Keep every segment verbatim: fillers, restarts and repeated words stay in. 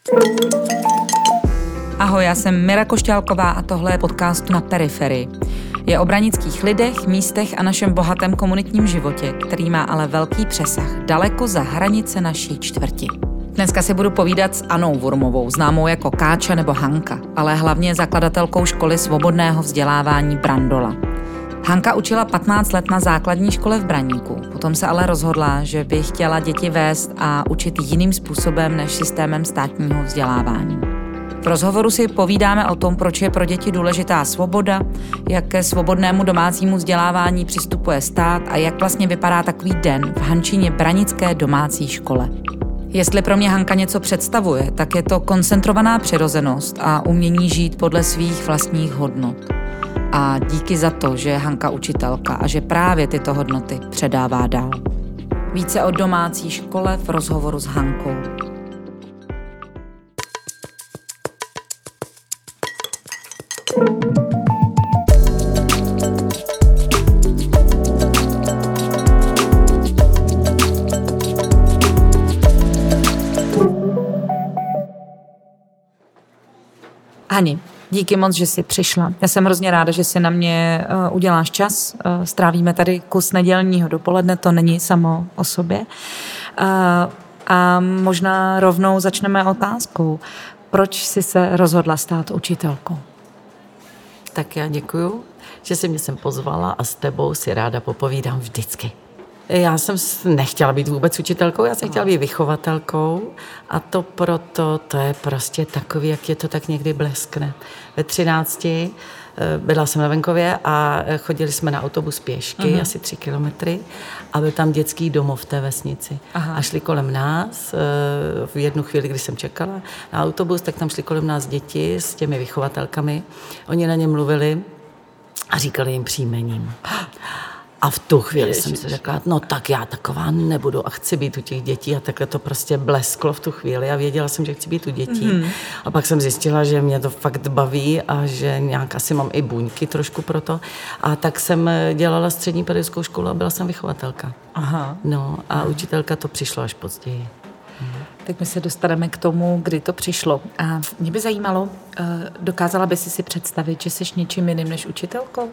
Ahoj, já jsem Mira Košťálková a tohle je podcast Na periferii. Je o branických lidech, místech a našem bohatém komunitním životě, který má ale velký přesah daleko za hranice naší čtvrti. Dneska si budu povídat s Anou Wurmovou, známou jako Káča nebo Hanka, ale hlavně zakladatelkou školy svobodného vzdělávání Brandola. Hanka učila patnáct let na základní škole v Braníku, potom se ale rozhodla, že by chtěla děti vést a učit jiným způsobem než systémem státního vzdělávání. V rozhovoru si povídáme o tom, proč je pro děti důležitá svoboda, jak ke svobodnému domácímu vzdělávání přistupuje stát a jak vlastně vypadá takový den v Hančině branické domácí škole. Jestli pro mě Hanka něco představuje, tak je to koncentrovaná přirozenost a umění žít podle svých vlastních hodnot. A díky za to, že je Hanka učitelka a že právě tyto hodnoty předává dál. Více o domácí škole v rozhovoru s Hankou. Hani, díky moc, že jsi přišla. Já jsem hrozně ráda, že si na mě uh, uděláš čas. Uh, strávíme tady kus nedělního dopoledne, to není samo o sobě. Uh, a možná rovnou začneme otázkou. Proč jsi se rozhodla stát učitelkou? Tak já děkuju, že jsi mě sem pozvala a s tebou si ráda popovídám vždycky. Já jsem nechtěla být vůbec učitelkou, já jsem chtěla být vychovatelkou a to proto, to je prostě takový, jak je to tak někdy bleskne. Ve třinácti byla jsem na venkově a chodili jsme na autobus pěšky, uh-huh. asi tři kilometry a byl tam dětský domov v té vesnici. Aha. A šli kolem nás, v jednu chvíli, kdy jsem čekala na autobus, tak tam šli kolem nás děti s těmi vychovatelkami. Oni na ně mluvili a říkali jim příjmením. A v tu chvíli Ježiš. jsem si řekla, no tak já taková nebudu a chci být u těch dětí a takhle to prostě blesklo v tu chvíli a věděla jsem, že chci být u dětí. Mm-hmm. A pak jsem zjistila, že mě to fakt baví a že nějak asi mám i buňky trošku pro to. A tak jsem dělala střední pedagogickou školu a byla jsem vychovatelka. Aha. No a Aha. učitelka to přišlo až později. Tak my se dostaneme k tomu, kdy to přišlo. A mě by zajímalo, dokázala by si si představit, že jsi něčím jiným než učitelkou?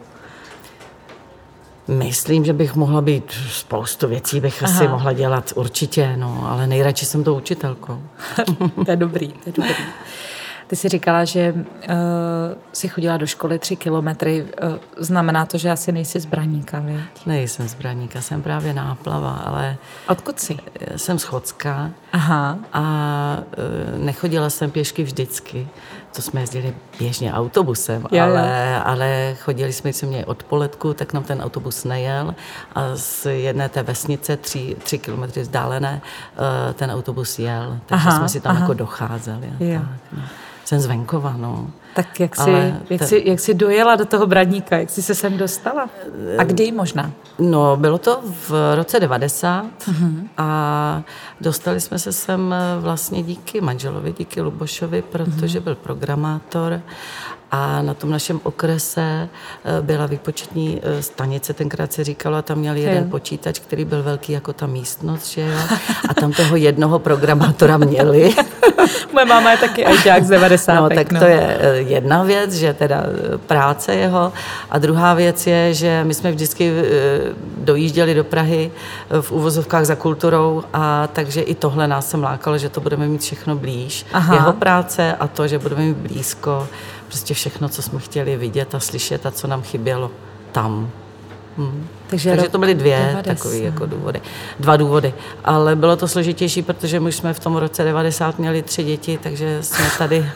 Myslím, že bych mohla být spoustu věcí, bych Aha. asi mohla dělat určitě, no, ale nejradši jsem to učitelkou. To je dobrý, to je dobrý. Ty jsi říkala, že uh, jsi chodila do školy tři kilometry. Uh, znamená to, že asi nejsi z Braníka, viď? Nejsem z Braníka, jsem právě Náplava, ale... Odkud jsi? Jsem z Chodská. Aha. A uh, nechodila jsem pěšky vždycky. To jsme jezdili běžně autobusem, jo, ale, ale chodili jsme, když jsme měli odpoledku, tak nám ten autobus nejel a z jedné té vesnice, tři, tři kilometry vzdálené, uh, ten autobus jel. Takže aha, jsme si tam aha. jako docházeli. Tak, no. Jsem z venkova, no. Tak jak jsi, jak, ten... jsi, jak jsi dojela do toho Braníka? Jak jsi se sem dostala? A kdy možná? No, bylo to v roce devadesát uh-huh. a dostali jsme se sem vlastně díky manželovi, díky Lubošovi, protože uh-huh. byl programátor a na tom našem okrese byla výpočetní stanice, tenkrát se říkalo, a tam měli jeden jo. počítač, který byl velký jako ta místnost, že jo, a tam toho jednoho programátora měli. Moje máma je taky ajťák z devadesátek. No, tak no. to je jedna věc, že teda práce jeho a druhá věc je, že my jsme vždycky dojížděli do Prahy v uvozovkách za kulturou a takže i tohle nás sem lákalo, že to budeme mít všechno blíž. Aha. Jeho práce a to, že budeme mít blízko, prostě všechno, co jsme chtěli vidět a slyšet a co nám chybělo tam. Hmm. Takže, Takže to byly dvě takové jako důvody. Dva důvody. Ale bylo to složitější, protože my jsme v tom roce devadesát měli tři děti, takže jsme tady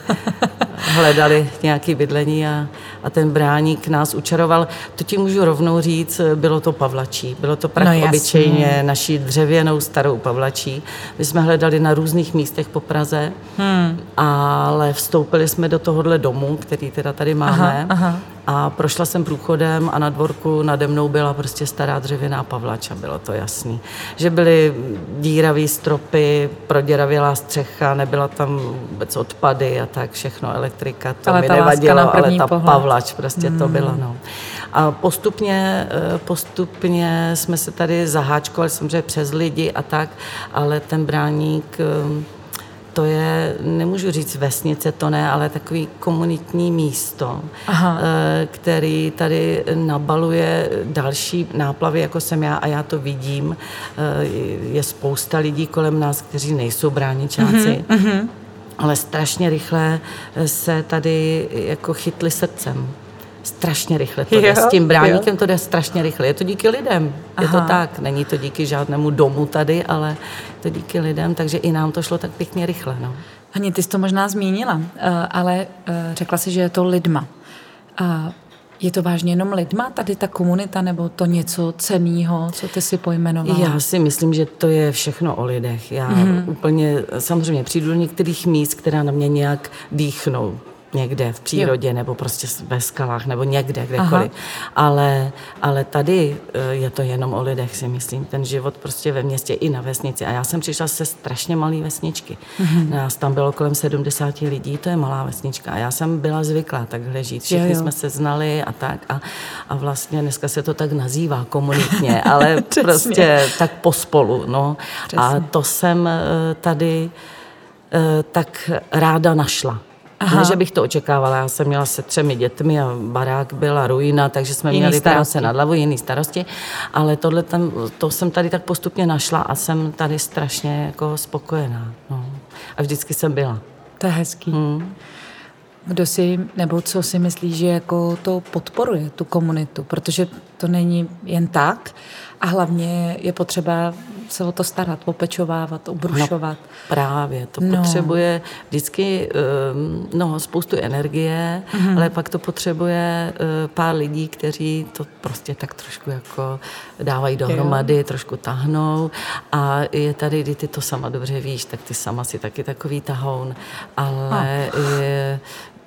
hledali nějaké bydlení a, a ten Bráník nás učaroval. To ti můžu rovnou říct, bylo to pavlačí. Bylo to prach no, obyčejně naší dřevěnou starou pavlačí. My jsme hledali na různých místech po Praze, hmm. ale vstoupili jsme do tohohle domu, který teda tady máme. Aha, aha. A prošla jsem průchodem a na dvorku nade mnou byla prostě stará dřevěná pavlač a bylo to jasný. Že byly díravý stropy, proděravělá střecha, nebyla tam vůbec odpady a tak všechno, elektrika, to ale mi nevadilo, ale ta pohled. Pavlač prostě hmm. to bylo, no. A postupně, postupně jsme se tady zaháčkovali samozřejmě přes lidi a tak, ale ten Bráník to je, nemůžu říct vesnice, to ne, ale takový komunitní místo, Aha. který tady nabaluje další náplavy, jako jsem já, a já to vidím. Je spousta lidí kolem nás, kteří nejsou bráničáci, mm-hmm. ale strašně rychle se tady jako chytli srdcem. Strašně rychle to jde. S tím bráníkem to jde strašně rychle. Je to díky lidem. Aha. Je to tak. Není to díky žádnému domu tady, ale je to díky lidem, takže i nám to šlo tak pěkně rychle. No. Hani, ty jsi to možná zmínila, ale řekla jsi, že je to lidma. Je to vážně jenom lidma, tady ta komunita, nebo to něco cenného, co ty si pojmenovala? Já si myslím, že to je všechno o lidech. Já mm-hmm. úplně, samozřejmě přijdu do některých míst, která na mě nějak dýchnou. Někde v přírodě, jo. nebo prostě ve skalách, nebo někde, kdekoliv. Ale, ale tady je to jenom o lidech, si myslím. Ten život prostě ve městě i na vesnici. A já jsem přišla se strašně malý vesničky. Mm-hmm. Nás tam bylo kolem sedmdesát lidí, to je malá vesnička. A já jsem byla zvyklá takhle žít. Všichni jo, jo. jsme se znali a tak. A, a vlastně dneska se to tak nazývá komunitně, ale prostě tak pospolu. No. A to jsem tady tak ráda našla. Aha. Ne, že bych to očekávala, já jsem měla se třemi dětmi a barák byla ruina, takže jsme jiný měli práce nad hlavu, jiný starosti, ale tohle tam, to jsem tady tak postupně našla a jsem tady strašně jako spokojená. No. A vždycky jsem byla. To je hezký. Hmm. Kdo si, nebo co si myslíš, že jako to podporuje, tu komunitu, protože to není jen tak a hlavně je potřeba se o to starat, opečovávat, obrušovat. No, právě, to no. potřebuje vždycky no, spoustu energie, mm-hmm. ale pak to potřebuje pár lidí, kteří to prostě tak trošku jako dávají dohromady, jo. trošku tahnou a je tady, kdy ty to sama dobře víš, tak ty sama si taky takový tahoun, ale oh. je,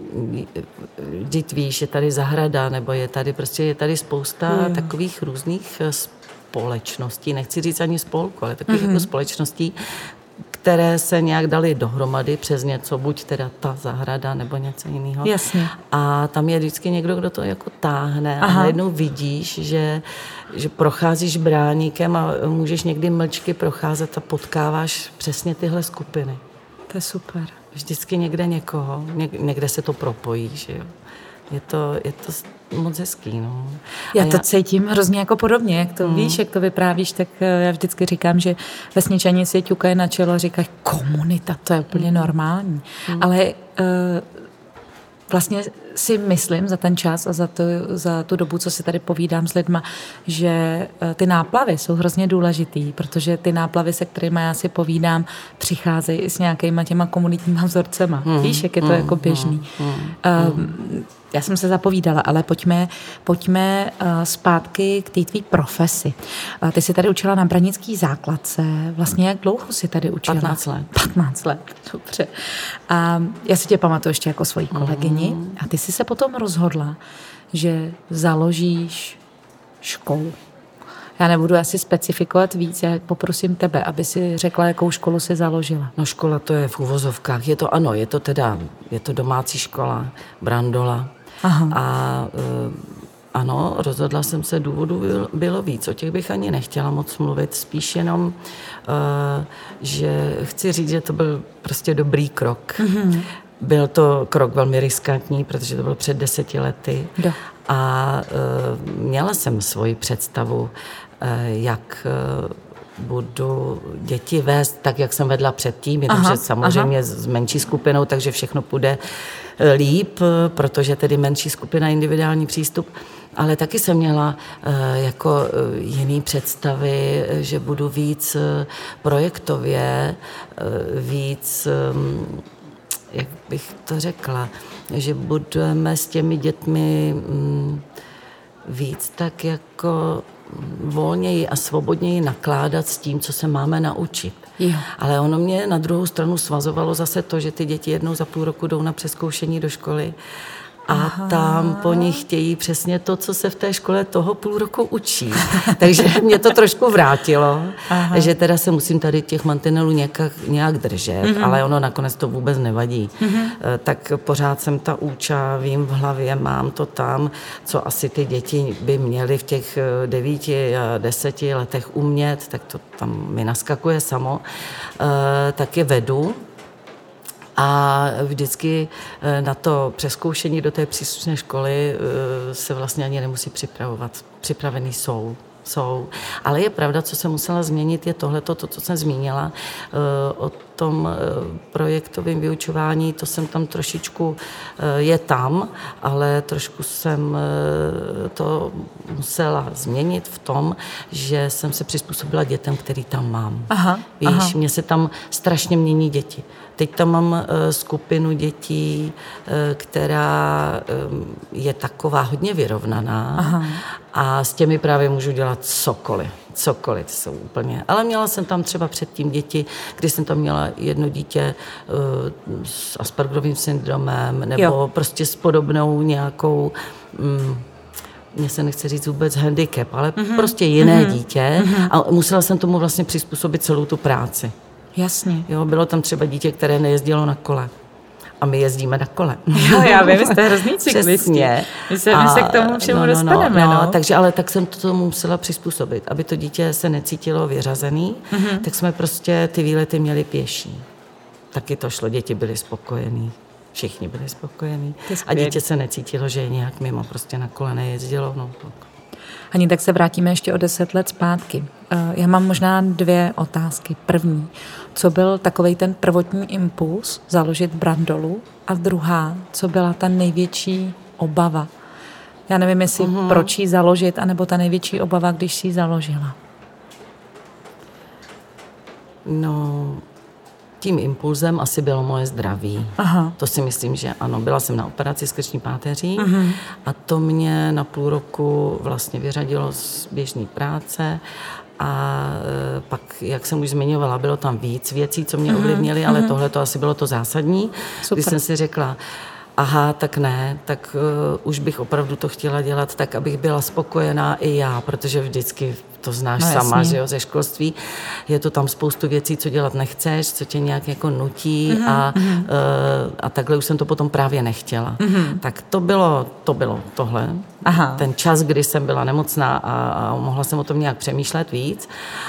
vždyť víš, je tady zahrada, nebo je tady prostě je tady spousta mm. takových různých společností, nechci říct ani spolku, ale takových mm-hmm. jako společností, které se nějak daly dohromady přes něco, buď teda ta zahrada, nebo něco jiného. Jasně. A tam je vždycky někdo, kdo to jako táhne Aha. a najednou vidíš, že, že procházíš bráníkem a můžeš někdy mlčky procházet a potkáváš přesně tyhle skupiny. To je super. Vždycky někde někoho, někde se to propojí, že jo. Je to, je to moc hezký, no. Já to já... cítím hrozně jako podobně, jak to mm. víš, jak to vyprávíš, tak já vždycky říkám, že vesničani si ťukají na čelo a říkají, komunita, to je úplně mm. normální. Mm. Ale uh, vlastně si myslím za ten čas a za, to, za tu dobu, co si tady povídám s lidma, že ty náplavy jsou hrozně důležitý, protože ty náplavy, se kterými já si povídám, přicházejí i s nějakýma těma komunitníma vzorcema. Mm. Víš, jak je to mm. jako běžný. Mm. Um, Já jsem se zapovídala, ale pojďme, pojďme zpátky k té tvý profesi. Ty jsi tady učila na branický základce. Vlastně jak dlouho jsi tady učila? patnáct let. patnáct let, dobře. A já si tě pamatuju ještě jako svoji kolegyni. Mm. A ty jsi se potom rozhodla, že založíš školu. Já nebudu asi specifikovat víc, já poprosím tebe, aby si řekla, jakou školu si založila. No škola to je v uvozovkách. Je to ano, je to teda, je to domácí škola, Brandola. Aha. A e, ano, rozhodla jsem se, důvodů bylo víc. O těch bych ani nechtěla moc mluvit, spíš jenom, e, že chci říct, že to byl prostě dobrý krok. Mm-hmm. Byl to krok velmi riskantní, protože to bylo před deseti lety. Do. A e, měla jsem svoji představu, e, jak e, budu děti vést tak, jak jsem vedla předtím, jenomže samozřejmě aha. s menší skupinou, takže všechno půjde líp, protože tedy menší skupina, individuální přístup. Ale taky jsem měla e, jako e, jiný představy, že budu víc e, projektově, e, víc... E, jak bych to řekla, že budeme s těmi dětmi mm, víc tak jako volněji a svobodněji nakládat s tím, co se máme naučit. Jo. Ale ono mě na druhou stranu svazovalo zase to, že ty děti jednou za půl roku jdou na přezkoušení do školy a aha. tam po nich chtějí přesně to, co se v té škole toho půl roku učí. Takže mě to trošku vrátilo, aha. že teda se musím tady těch mantinelů nějak, nějak držet, mm-hmm. ale ono nakonec to vůbec nevadí. Mm-hmm. Tak pořád jsem ta úča, vím v hlavě, mám to tam, co asi ty děti by měly v těch devíti a deseti letech umět, tak to tam mi naskakuje samo. Tak je vedu. A vždycky na to přezkoušení do té příslušné školy se vlastně ani nemusí připravovat. Připravený jsou. Jsou. Ale je pravda, co jsem musela změnit, je tohleto, to, co jsem zmínila o tom projektovém vyučování, to jsem tam trošičku, je tam, ale trošku jsem to musela změnit v tom, že jsem se přizpůsobila dětem, který tam mám. Aha, Víš, aha. mně se tam strašně mění děti. Teď tam mám skupinu dětí, která je taková hodně vyrovnaná. Aha. A s těmi právě můžu dělat cokoliv. Cokoliv jsou úplně. Ale měla jsem tam třeba předtím děti, kdy jsem tam měla jedno dítě uh, s Aspergerovým syndromem nebo jo. prostě s podobnou nějakou, um, mně se nechce říct vůbec handicap, ale mm-hmm. prostě jiné mm-hmm. dítě mm-hmm. a musela jsem tomu vlastně přizpůsobit celou tu práci. Jasně. Jo, bylo tam třeba dítě, které nejezdilo na kole. A my jezdíme na kole. Jo, já vím, jste hrozný cyklisti. My se, my se k tomu všemu no, no, dostaneme. No, no. Takže, ale tak jsem to tomu musela přizpůsobit. Aby to dítě se necítilo vyřazený, mm-hmm. tak jsme prostě ty výlety měli pěší. Taky to šlo, děti byly spokojení. Všichni byli spokojení. A dítě se necítilo, že je nějak mimo, prostě na kole nejezdilo. No, tak. Ani tak se vrátíme ještě o deset let zpátky. Já mám možná dvě otázky. První, co byl takovej ten prvotní impuls založit Brandolu a druhá, co byla ta největší obava? Já nevím, jestli uh-huh. proč ji založit, anebo ta největší obava, když si ji založila. No, tím impulzem asi bylo moje zdraví. Aha. To si myslím, že ano. Byla jsem na operaci s krční páteří uh-huh. a to mě na půl roku vlastně vyřadilo z běžné práce a e, pak, jak jsem už zmiňovala, bylo tam víc věcí, co mě uh-huh. ovlivnily, ale uh-huh. tohle to asi bylo to zásadní, Super. Když jsem si řekla, aha, tak ne, tak uh, už bych opravdu to chtěla dělat tak, abych byla spokojená i já, protože vždycky to znáš no, sama, že jo, ze školství. Je to tam spoustu věcí, co dělat nechceš, co tě nějak jako nutí mm-hmm. a, uh, a takhle už jsem to potom právě nechtěla. Mm-hmm. Tak to bylo, to bylo tohle. Aha. Ten čas, kdy jsem byla nemocná a, a mohla jsem o tom nějak přemýšlet víc.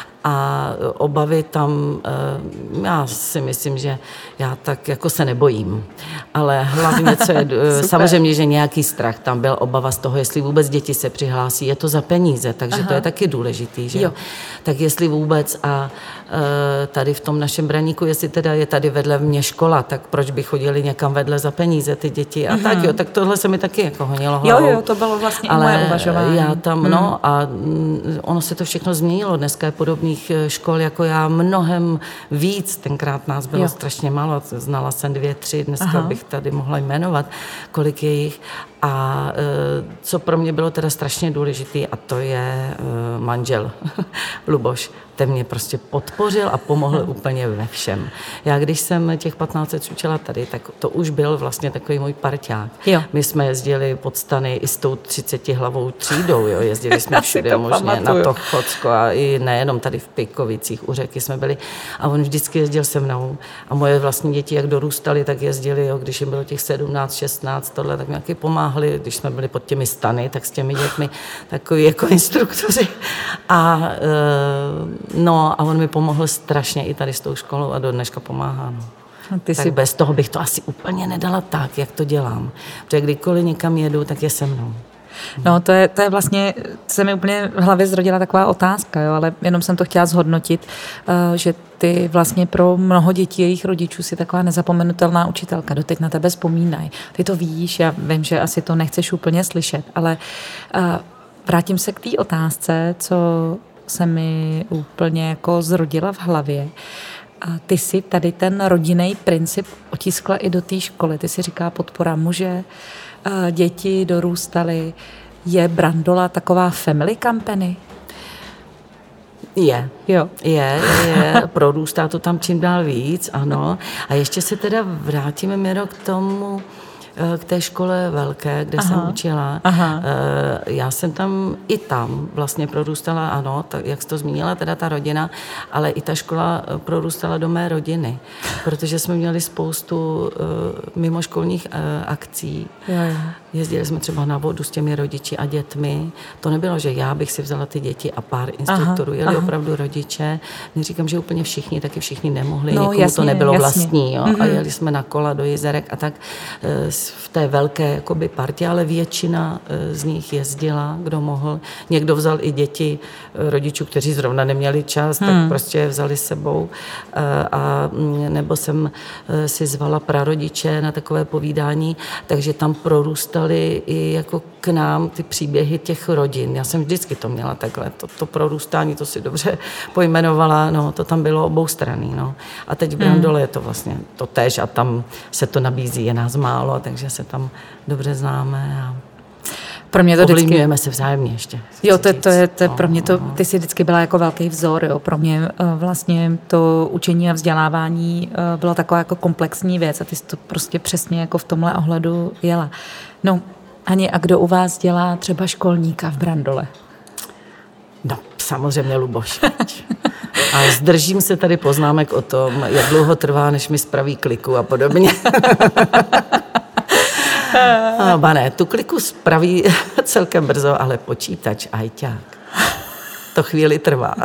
A obavy tam, já si myslím, že já tak jako se nebojím. Ale hlavně, co je, samozřejmě, že nějaký strach tam byl, obava z toho, jestli vůbec děti se přihlásí, je to za peníze, takže Aha. to je taky důležitý, že jo. Tak jestli vůbec a tady v tom našem Braníku, jestli teda je tady vedle mě škola, tak proč by chodili někam vedle za peníze ty děti a mm-hmm. tak jo, tak tohle se mi taky jako honilo hlavou. Jo, jo, to bylo vlastně ale moje uvažování. Já tam, mm. no a ono se to všechno změnilo, dneska je podobný škol jako já mnohem víc, tenkrát nás bylo jo. strašně málo, znala jsem dvě, tři, dneska Aha. bych tady mohla jmenovat, kolik je jich. A e, co pro mě bylo teda strašně důležitý, a to je e, manžel Luboš. Ten mě prostě podpořil a pomohl hmm. úplně ve všem. Já když jsem těch patnáct let učila tady, tak to už byl vlastně takový můj parťák. Jo. My jsme jezdili pod stany i s tou třicetihlavou třídou, jo. Jezdili jsme všude možně pamatuju. Na to Chocko a i nejenom tady v Pejkovicích u řeky jsme byli. A on vždycky jezdil se mnou. A moje vlastní děti, jak dorůstali, tak jezdili, jo. Když jim bylo těch sedmnáct, šestnáct, tohle, tak nějaký pomáhali. Když jsme byli pod těmi stany, tak s těmi dětmi takový jako instruktoři. A e, no a on mi pomohl strašně i tady s tou školou a do dneška pomáhá. No. Ty tak si... bez toho bych to asi úplně nedala tak, jak to dělám. Protože kdykoliv někam jedu, tak je se mnou. No to je, to je vlastně, se mi úplně v hlavě zrodila taková otázka, jo, ale jenom jsem to chtěla zhodnotit, uh, že ty vlastně pro mnoho dětí, jejich rodičů si taková nezapomenutelná učitelka, doteď na tebe vzpomínají. Ty to víš, já vím, že asi to nechceš úplně slyšet, ale uh, vrátím se k té otázce, co se mi úplně jako zrodila v hlavě. A ty si tady ten rodinný princip otiskla i do té školy. Ty si říká podpora muže, děti dorůstaly. Je Brandola taková family company? Je, jo. je, je, prorůstá to tam čím dál víc, ano. A ještě se teda vrátíme, Miro, k tomu, K té škole velké, kde Aha. jsem učila. Aha. Já jsem tam i tam vlastně prorůstala, ano, tak, jak jsi to zmínila, teda ta rodina, ale i ta škola prorůstala do mé rodiny, protože jsme měli spoustu mimoškolních akcí. Jo, jo. Jezdili jsme třeba na vodu s těmi rodiči a dětmi. To nebylo, že já bych si vzala ty děti a pár instruktorů. Aha, jeli aha. opravdu rodiče. Neříkám, že úplně všichni, taky všichni nemohli. No, někomu jasně, to nebylo jasně. vlastní. Jo? Mm-hmm. A jeli jsme na kola do jezerek a tak v té velké jakoby, partě, ale většina z nich jezdila, kdo mohl. Někdo vzal i děti rodičů, kteří zrovna neměli čas, hmm. tak prostě vzali s sebou. A nebo jsem si zvala prarodiče na takové povídání, takže tam prorůstali i jako k nám ty příběhy těch rodin. Já jsem vždycky to měla takhle. To, to prorůstání, to si dobře pojmenovala, no, to tam bylo oboustraný, no. A teď v Brandole je to vlastně to též a tam se to nabízí, je nás málo, takže se tam dobře známe a pro mě to ovlivňujeme vždycky... se vzájemně ještě. Jo, to, to je to, no, pro mě to, ty jsi vždycky byla jako velký vzor, jo. Pro mě vlastně to učení a vzdělávání bylo taková jako komplexní věc a ty jsi to prostě přesně jako v tomhle ohledu jela. No, Hani, a kdo u vás dělá třeba školníka v Brandole? No, samozřejmě Luboš. A zdržím se tady poznámek o tom, jak dlouho trvá, než mi spraví kliku a podobně. A ne, tu kliku spraví celkem brzo, ale počítač, ajťák. To chvíli trvá.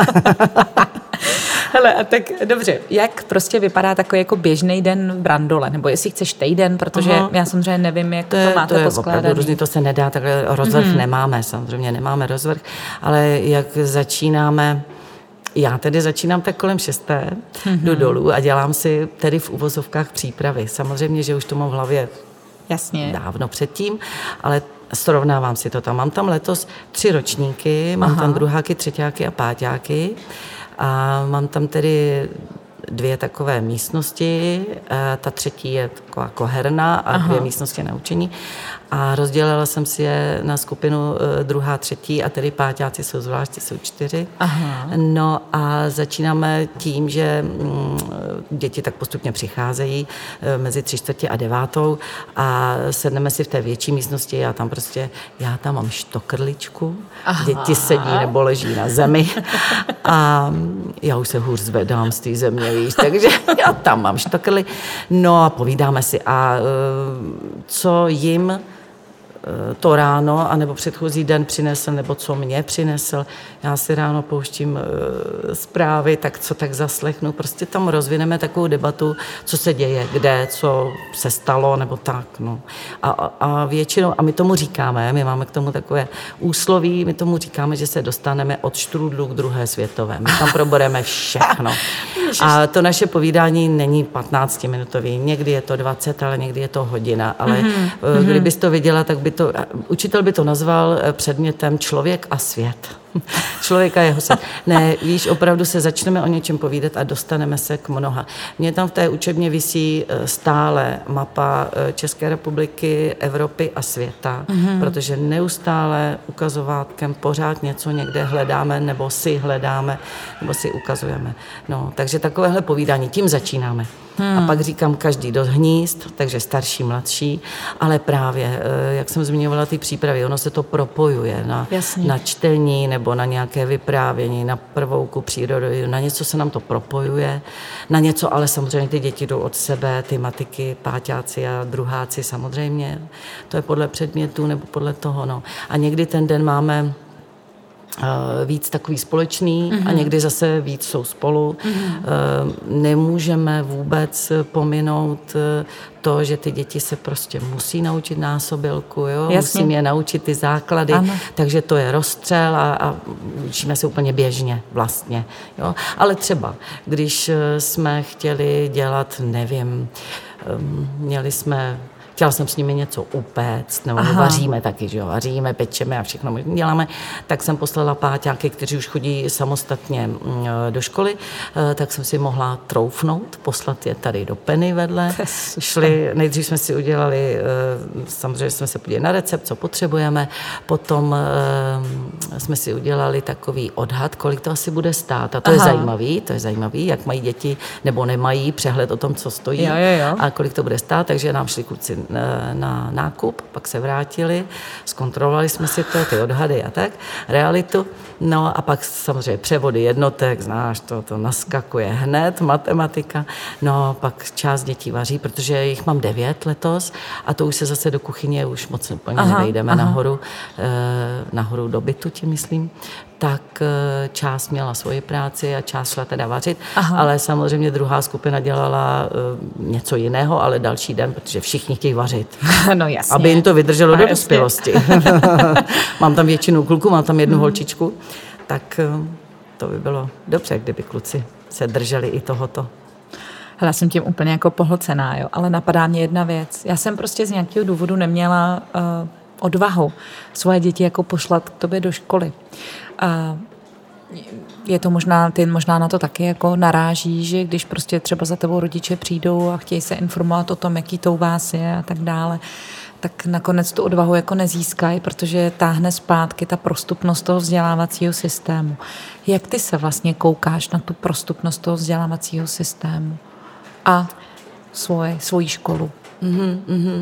Hele, a tak dobře, jak prostě vypadá takový jako běžný den v Brandole, nebo jestli chceš týden, protože Aha. já samozřejmě nevím, jak to, to máte to je poskládaný. Různě, to se nedá, takhle rozvrh mm-hmm. nemáme, samozřejmě nemáme rozvrh, ale jak začínáme, já tedy začínám tak kolem šesté, mm-hmm. jdu dolů a dělám si tedy v uvozovkách přípravy. Samozřejmě, že už to mám v hlavě Jasně. dávno předtím, ale srovnávám si to tam. Mám tam letos tři ročníky, mám Aha. tam druháky, třetíáky a páťáky. A mám tam tedy dvě takové místnosti, ta třetí je taková koherná a Aha. dvě místnosti na učení. A rozdělila jsem si je na skupinu druhá, třetí a tedy páťáci jsou zvlášť, jsou čtyři. Aha. No a začínáme tím, že děti tak postupně přicházejí mezi tři čtvrtě a devátou a sedneme si v té větší místnosti a tam prostě, já tam mám štokrličku, Aha. děti sedí nebo leží na zemi a já už se hůř zvedám z té země, víš, takže já tam mám štokrly. No a povídáme si a co jim to ráno, anebo předchozí den přinesl, nebo co mě přinesl. Já si ráno pouštím e, zprávy, tak co tak zaslechnu. Prostě tam rozvineme takovou debatu, co se děje, kde, co se stalo, nebo tak. No. A, a většinou, a my tomu říkáme, my máme k tomu takové úsloví, my tomu říkáme, že se dostaneme od štrůdlu k druhé světové. My tam probereme všechno. A to naše povídání není patnáctiminutový, někdy je to dvacet, ale někdy je to hodina. Ale mm-hmm. kdybys to viděla, tak by to, učitel by to nazval předmětem člověk a svět. Člověk a jeho svět. Ne, víš, opravdu se začneme o něčem povídat a dostaneme se k mnoha. Mně tam v té učebně visí stále mapa České republiky, Evropy a světa, mm-hmm. protože neustále ukazovátkem pořád něco někde hledáme, nebo si hledáme, nebo si ukazujeme. No, takže takovéhle povídání, tím začínáme. Hmm. A pak říkám každý do hnízd, takže starší, mladší, ale právě, jak jsem zmiňovala ty přípravy, ono se to propojuje na, na čtení nebo na nějaké vyprávění, na prvouku přírody, na něco se nám to propojuje, na něco, ale samozřejmě ty děti jdou od sebe, ty matiky, páťáci a druháci samozřejmě, to je podle předmětů nebo podle toho, no. A někdy ten den máme víc takový společný mm-hmm. a někdy zase víc jsou spolu. Mm-hmm. Nemůžeme vůbec pominout to, že ty děti se prostě musí naučit násobilku, jo? Musím je naučit ty základy, ano. takže to je rozstřel a, a učíme se úplně běžně vlastně. Jo? Ale třeba, když jsme chtěli dělat, nevím, měli jsme chtěla jsem s nimi něco upéct, nebo vaříme taky, že jo, vaříme, pečeme a všechno možná děláme, tak jsem poslala páťáky, kteří už chodí samostatně do školy, tak jsem si mohla troufnout, poslat je tady do Penny vedle. Šli, nejdřív jsme si udělali, samozřejmě jsme se podívali na recept, co potřebujeme, potom jsme si udělali takový odhad, kolik to asi bude stát. A to Aha. je zajímavý, to je zajímavý, jak mají děti nebo nemají přehled o tom, co stojí jo, jo, jo. a kolik to bude stát, takže nám šli kluci na nákup, pak se vrátili, zkontrolovali jsme si to, ty odhady a tak, realitu. No a pak samozřejmě převody jednotek, znáš to, to naskakuje hned, matematika. No pak část dětí vaří, protože jich mám devět letos a to už se zase do kuchyně už moc úplně aha, nevejdeme aha. nahoru, nahoru do bytu, tím myslím. Tak část měla svoji práci a část šla teda vařit, aha. ale samozřejmě druhá skupina dělala něco jiného, ale další den, protože všichni chtějí vařit. No jasně. Aby jim to vydrželo a do dospělosti. Mám tam většinu kluků, mám tam jednu hmm. holčičku, tak to by bylo dobře, kdyby kluci se drželi i tohoto. Hele, já jsem tím úplně jako pohlcená, jo, ale napadá mě jedna věc. Já jsem prostě z nějakého důvodu neměla uh, odvahu svoje děti jako pošlat k tobě do školy. Uh, je to možná, ty možná na to taky jako naráží, že když prostě třeba za tebou rodiče přijdou a chtějí se informovat o tom, jaký to u vás je a tak dále, tak nakonec tu odvahu jako nezískají, protože táhne zpátky ta prostupnost toho vzdělávacího systému. Jak ty se vlastně koukáš na tu prostupnost toho vzdělávacího systému a svoje, svoji školu? Mm-hmm, mm-hmm.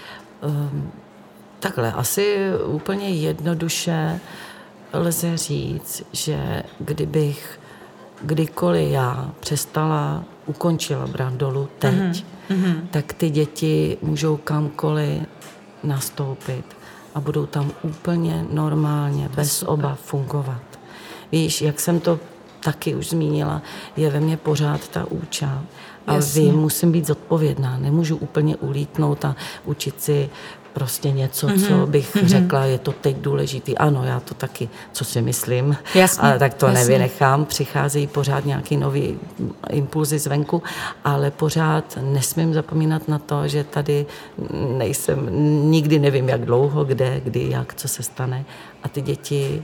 Um, takhle, asi úplně jednoduše lze říct, že kdybych kdykoliv já přestala, ukončila Brandolu teď, mm-hmm. tak ty děti můžou kamkoliv nastoupit a budou tam úplně normálně, bez obav fungovat. Víš, jak jsem to taky už zmínila, je ve mně pořád ta účast. A vím, musím být zodpovědná, nemůžu úplně ulítnout a učit si prostě něco, mm-hmm. co bych mm-hmm. řekla, je to teď důležitý. Ano, já to taky, co si myslím, jasně, ale tak to jasně. nevynechám. Přicházejí pořád nějaký nový impulzy zvenku, ale pořád nesmím zapomínat na to, že tady nejsem, nikdy nevím, jak dlouho, kde, kdy, jak, co se stane. A ty děti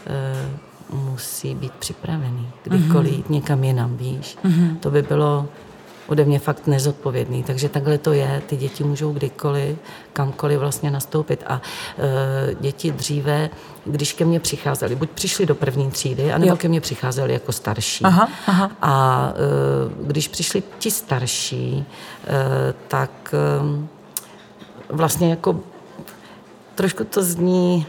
e, musí být připravený, kdykoliv jít mm-hmm. někam jinam, víš. Mm-hmm. To by bylo ode mě fakt nezodpovědný. Takže takhle to je. Ty děti můžou kdykoliv, kamkoliv vlastně nastoupit. A e, děti dříve, když ke mně přicházeli, buď přišli do první třídy, anebo jo. ke mně přicházeli jako starší. Aha, aha. A e, když přišli ti starší, e, tak e, vlastně jako trošku to zní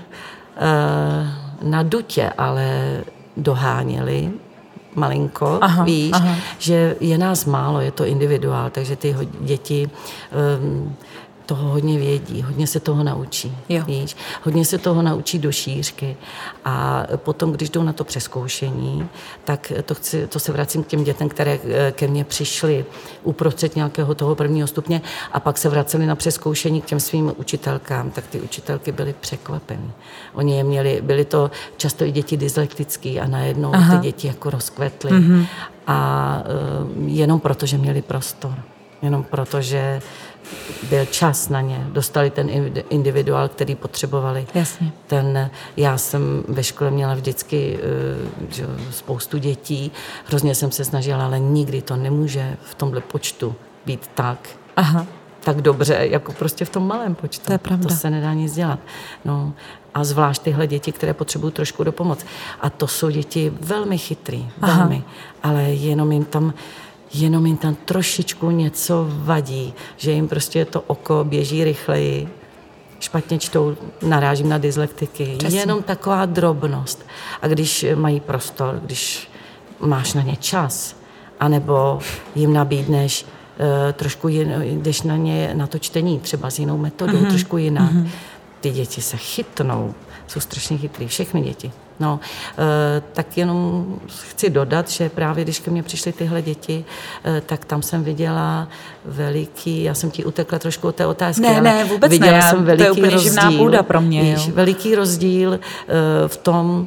e, na dutě, ale doháněli malinko, aha, víš, aha. že je nás málo, je to individuál, takže ty děti um, toho hodně vědí, hodně se toho naučí, jo. víš, hodně se toho naučí do šířky a potom, když jdou na to přezkoušení, tak to, chci, to se vracím k těm dětem, které ke mně přišly uprostřed nějakého toho prvního stupně a pak se vraceli na přezkoušení k těm svým učitelkám, tak ty učitelky byly překvapeny. Oni je měli, byly to často i děti dyslektický a najednou aha. ty děti jako rozkvetly mm-hmm. a uh, jenom proto, že měli prostor. Jenom proto, že byl čas na ně. Dostali ten individuál, který potřebovali. Jasně. Ten, já jsem ve škole měla vždycky že, spoustu dětí. Hrozně jsem se snažila, ale nikdy to nemůže v tomhle počtu být tak, aha. tak dobře, jako prostě v tom malém počtu. To je pravda. To se nedá nic dělat. No, a zvlášť tyhle děti, které potřebují trošku dopomoc. A to jsou děti velmi chytrý, velmi. Ale jenom jim tam jenom jim tam trošičku něco vadí, že jim prostě to oko běží rychleji, špatně čtou, narážím na dyslektiky, přesně. Jenom taková drobnost. A když mají prostor, když máš na ně čas, anebo jim nabídneš uh, trošku jin, jdeš na ně na to čtení, třeba s jinou metodou, mm-hmm. trošku jinak, mm-hmm. ty děti se chytnou, jsou strašně chytrý, všechny děti. No, e, tak jenom chci dodat, že právě když ke mně přišly tyhle děti, e, tak tam jsem viděla veliký, já jsem ti utekla trošku od té otázky, ne, ne, vůbec viděla ne, jsem veliký to je úplně živná půda pro mě. Víš, veliký rozdíl e, v tom,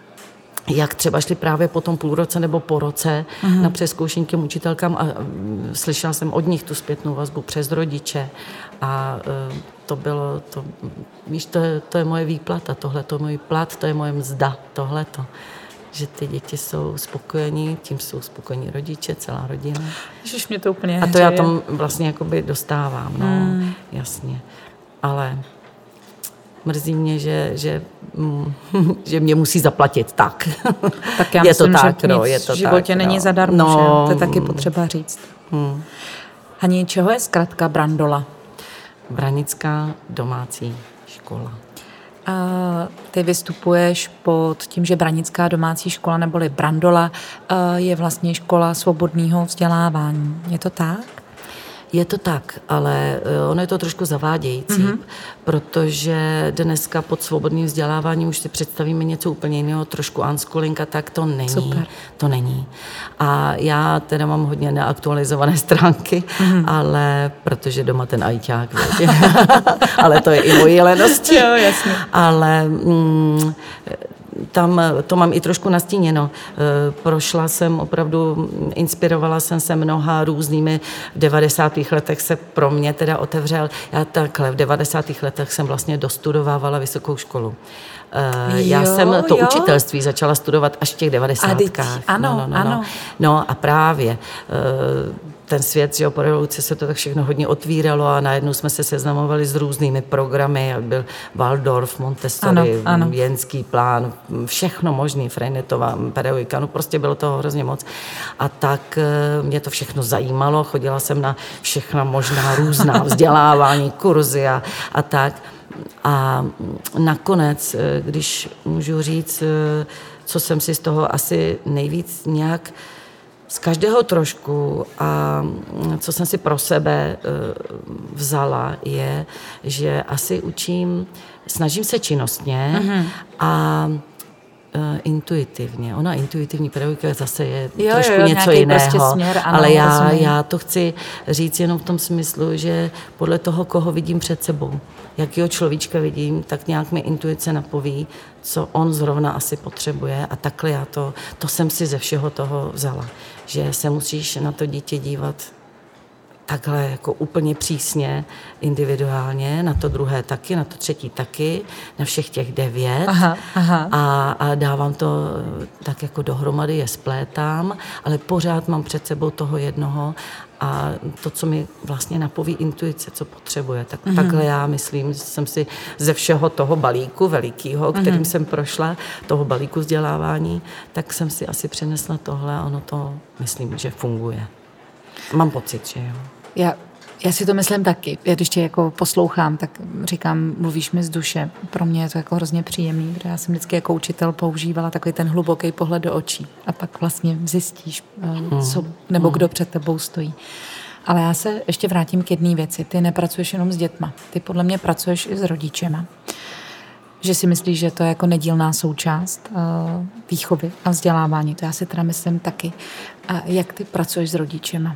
jak třeba šli právě po tom půl roce nebo po roce uh-huh. na přezkoušení těm učitelkám a slyšela jsem od nich tu zpětnou vazbu přes rodiče a e, to bylo, to, víš, to je, to je moje výplata, tohle to je můj plat, to je moje mzda, tohleto. Že ty děti jsou spokojení, tím jsou spokojení rodiče, celá rodina. Ježiš, mě to úplně A to hřeje. Já tam vlastně jakoby dostávám, no, hmm. jasně. Ale mrzí mě, že, že, že mě musí zaplatit tak. Tak já je myslím, to tak, že no, nic je to v životě tak, není no. zadarmo, no, že? To je taky potřeba říct. Hmm. Hani, čeho je zkratka Brandola? Vranická domácí škola. A ty vystupuješ pod tím, že Vranická domácí škola neboli Brandola je vlastně škola svobodného vzdělávání. Je to tak? Je to tak, ale ono je to trošku zavádějící, mm-hmm. protože dneska pod svobodným vzděláváním už si představíme něco úplně jiného, trošku unschooling a tak to není. Super. To není. A já teda mám hodně neaktualizované stránky, mm-hmm. ale protože doma ten ajťák, ale to je i mojí leností. Jo, jasně. Ale mm, tam to mám i trošku nastíněno. Prošla jsem opravdu, inspirovala jsem se mnoha různými, v devadesátých letech se pro mě teda otevřel, já takhle, v devadesátých letech jsem vlastně dostudovávala vysokou školu. Já jo, jsem to jo. učitelství začala studovat až v těch devadesátkách. Ano, no, no, no, ano. No. no a právě ten svět, že po revoluci se to tak všechno hodně otvíralo a najednou jsme se seznamovali s různými programy, jak byl Waldorf, Montessori, ano, ano. Jenský plán, všechno možný, Freinetová pedagogika, no prostě bylo toho hrozně moc. A tak mě to všechno zajímalo, chodila jsem na všechna možná různá vzdělávání, kurzy a, a tak. A nakonec, když můžu říct, co jsem si z toho asi nejvíc nějak z každého trošku a co jsem si pro sebe vzala, je, že asi učím, snažím se činnostně mm-hmm. a intuitivně. Ona intuitivní pedagogika zase je jo, trošku jo, něco jiného, prostě směr, ano, ale já, já to chci říct jenom v tom smyslu, že podle toho, koho vidím před sebou, jakýho človíčka vidím, tak nějak mi intuice napoví, co on zrovna asi potřebuje a takhle já to, to jsem si ze všeho toho vzala, že se musíš na to dítě dívat takhle jako úplně přísně, individuálně, na to druhé taky, na to třetí taky, na všech těch devět aha, aha. A, a dávám to tak jako dohromady, je splétám, ale pořád mám před sebou toho jednoho a to, co mi vlastně napoví intuice, co potřebuje, tak mm-hmm. takhle já myslím, že jsem si ze všeho toho balíku velikýho, kterým mm-hmm. jsem prošla, toho balíku vzdělávání, tak jsem si asi přenesla tohle a ono to, myslím, že funguje. Mám pocit, že jo. Já, já si to myslím taky. Já když tě jako poslouchám, tak říkám, mluvíš mi z duše. Pro mě je to jako hrozně příjemný, protože já jsem vždycky jako učitel používala takový ten hluboký pohled do očí a pak vlastně zjistíš, co, nebo kdo před tebou stojí. Ale já se ještě vrátím k jedné věci. Ty nepracuješ jenom s dětma. Ty podle mě pracuješ i s rodičema. Že si myslíš, že to je jako nedílná součást uh, výchovy a vzdělávání. To já si teda myslím taky. A jak ty pracuješ s rodičema?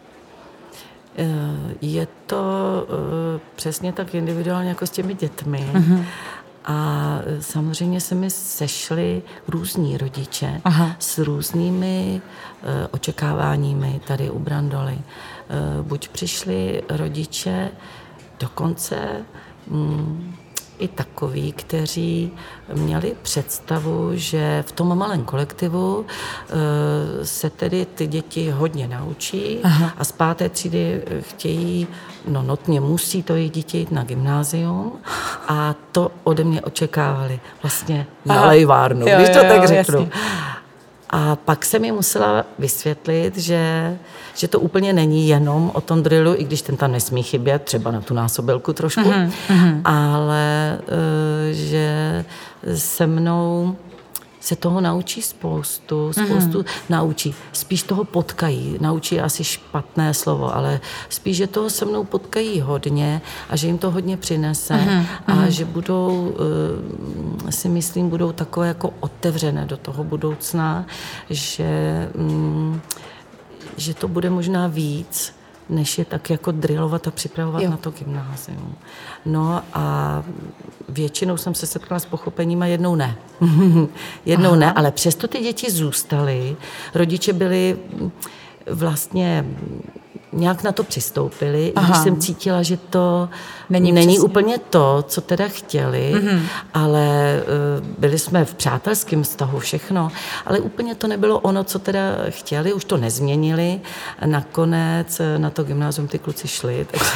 Je to uh, přesně tak individuálně jako s těmi dětmi. Uh-huh. A samozřejmě se mi sešli různí rodiče Aha. s různými uh, očekáváními tady u Brandoly. Uh, buď přišli rodiče dokonce um, i takoví, kteří měli představu, že v tom malém kolektivu uh, se tedy ty děti hodně naučí. Aha. A z páté třídy chtějí, no notně musí to jejich děti jít na gymnázium a to ode mě očekávali vlastně na lejvárnu, když to tak řeknu. Jasně. A pak jsem mi musela vysvětlit, že, že to úplně není jenom o tom drillu, i když ten tam nesmí chybět, třeba na tu násobilku trošku, mm-hmm. ale že se mnou se toho naučí spoustu, spoustu mm-hmm. naučí. Spíš toho potkají, naučí asi špatné slovo, ale spíš, že toho se mnou potkají hodně a že jim to hodně přinese mm-hmm. a že budou, si myslím, budou takové jako otevřené do toho budoucna, že, že to bude možná víc, než je tak jako drillovat a připravovat jo. na to gymnázium. No a většinou jsem se setkala s pochopením a jednou ne. jednou Aha. ne, ale přesto ty děti zůstaly. Rodiče byli vlastně nějak na to přistoupili, Aha. když jsem cítila, že to není, není úplně to, co teda chtěli, mm-hmm. ale uh, byli jsme v přátelském vztahu, všechno, ale úplně to nebylo ono, co teda chtěli, už to nezměnili. Nakonec na to gymnázium ty kluci šli. Takže...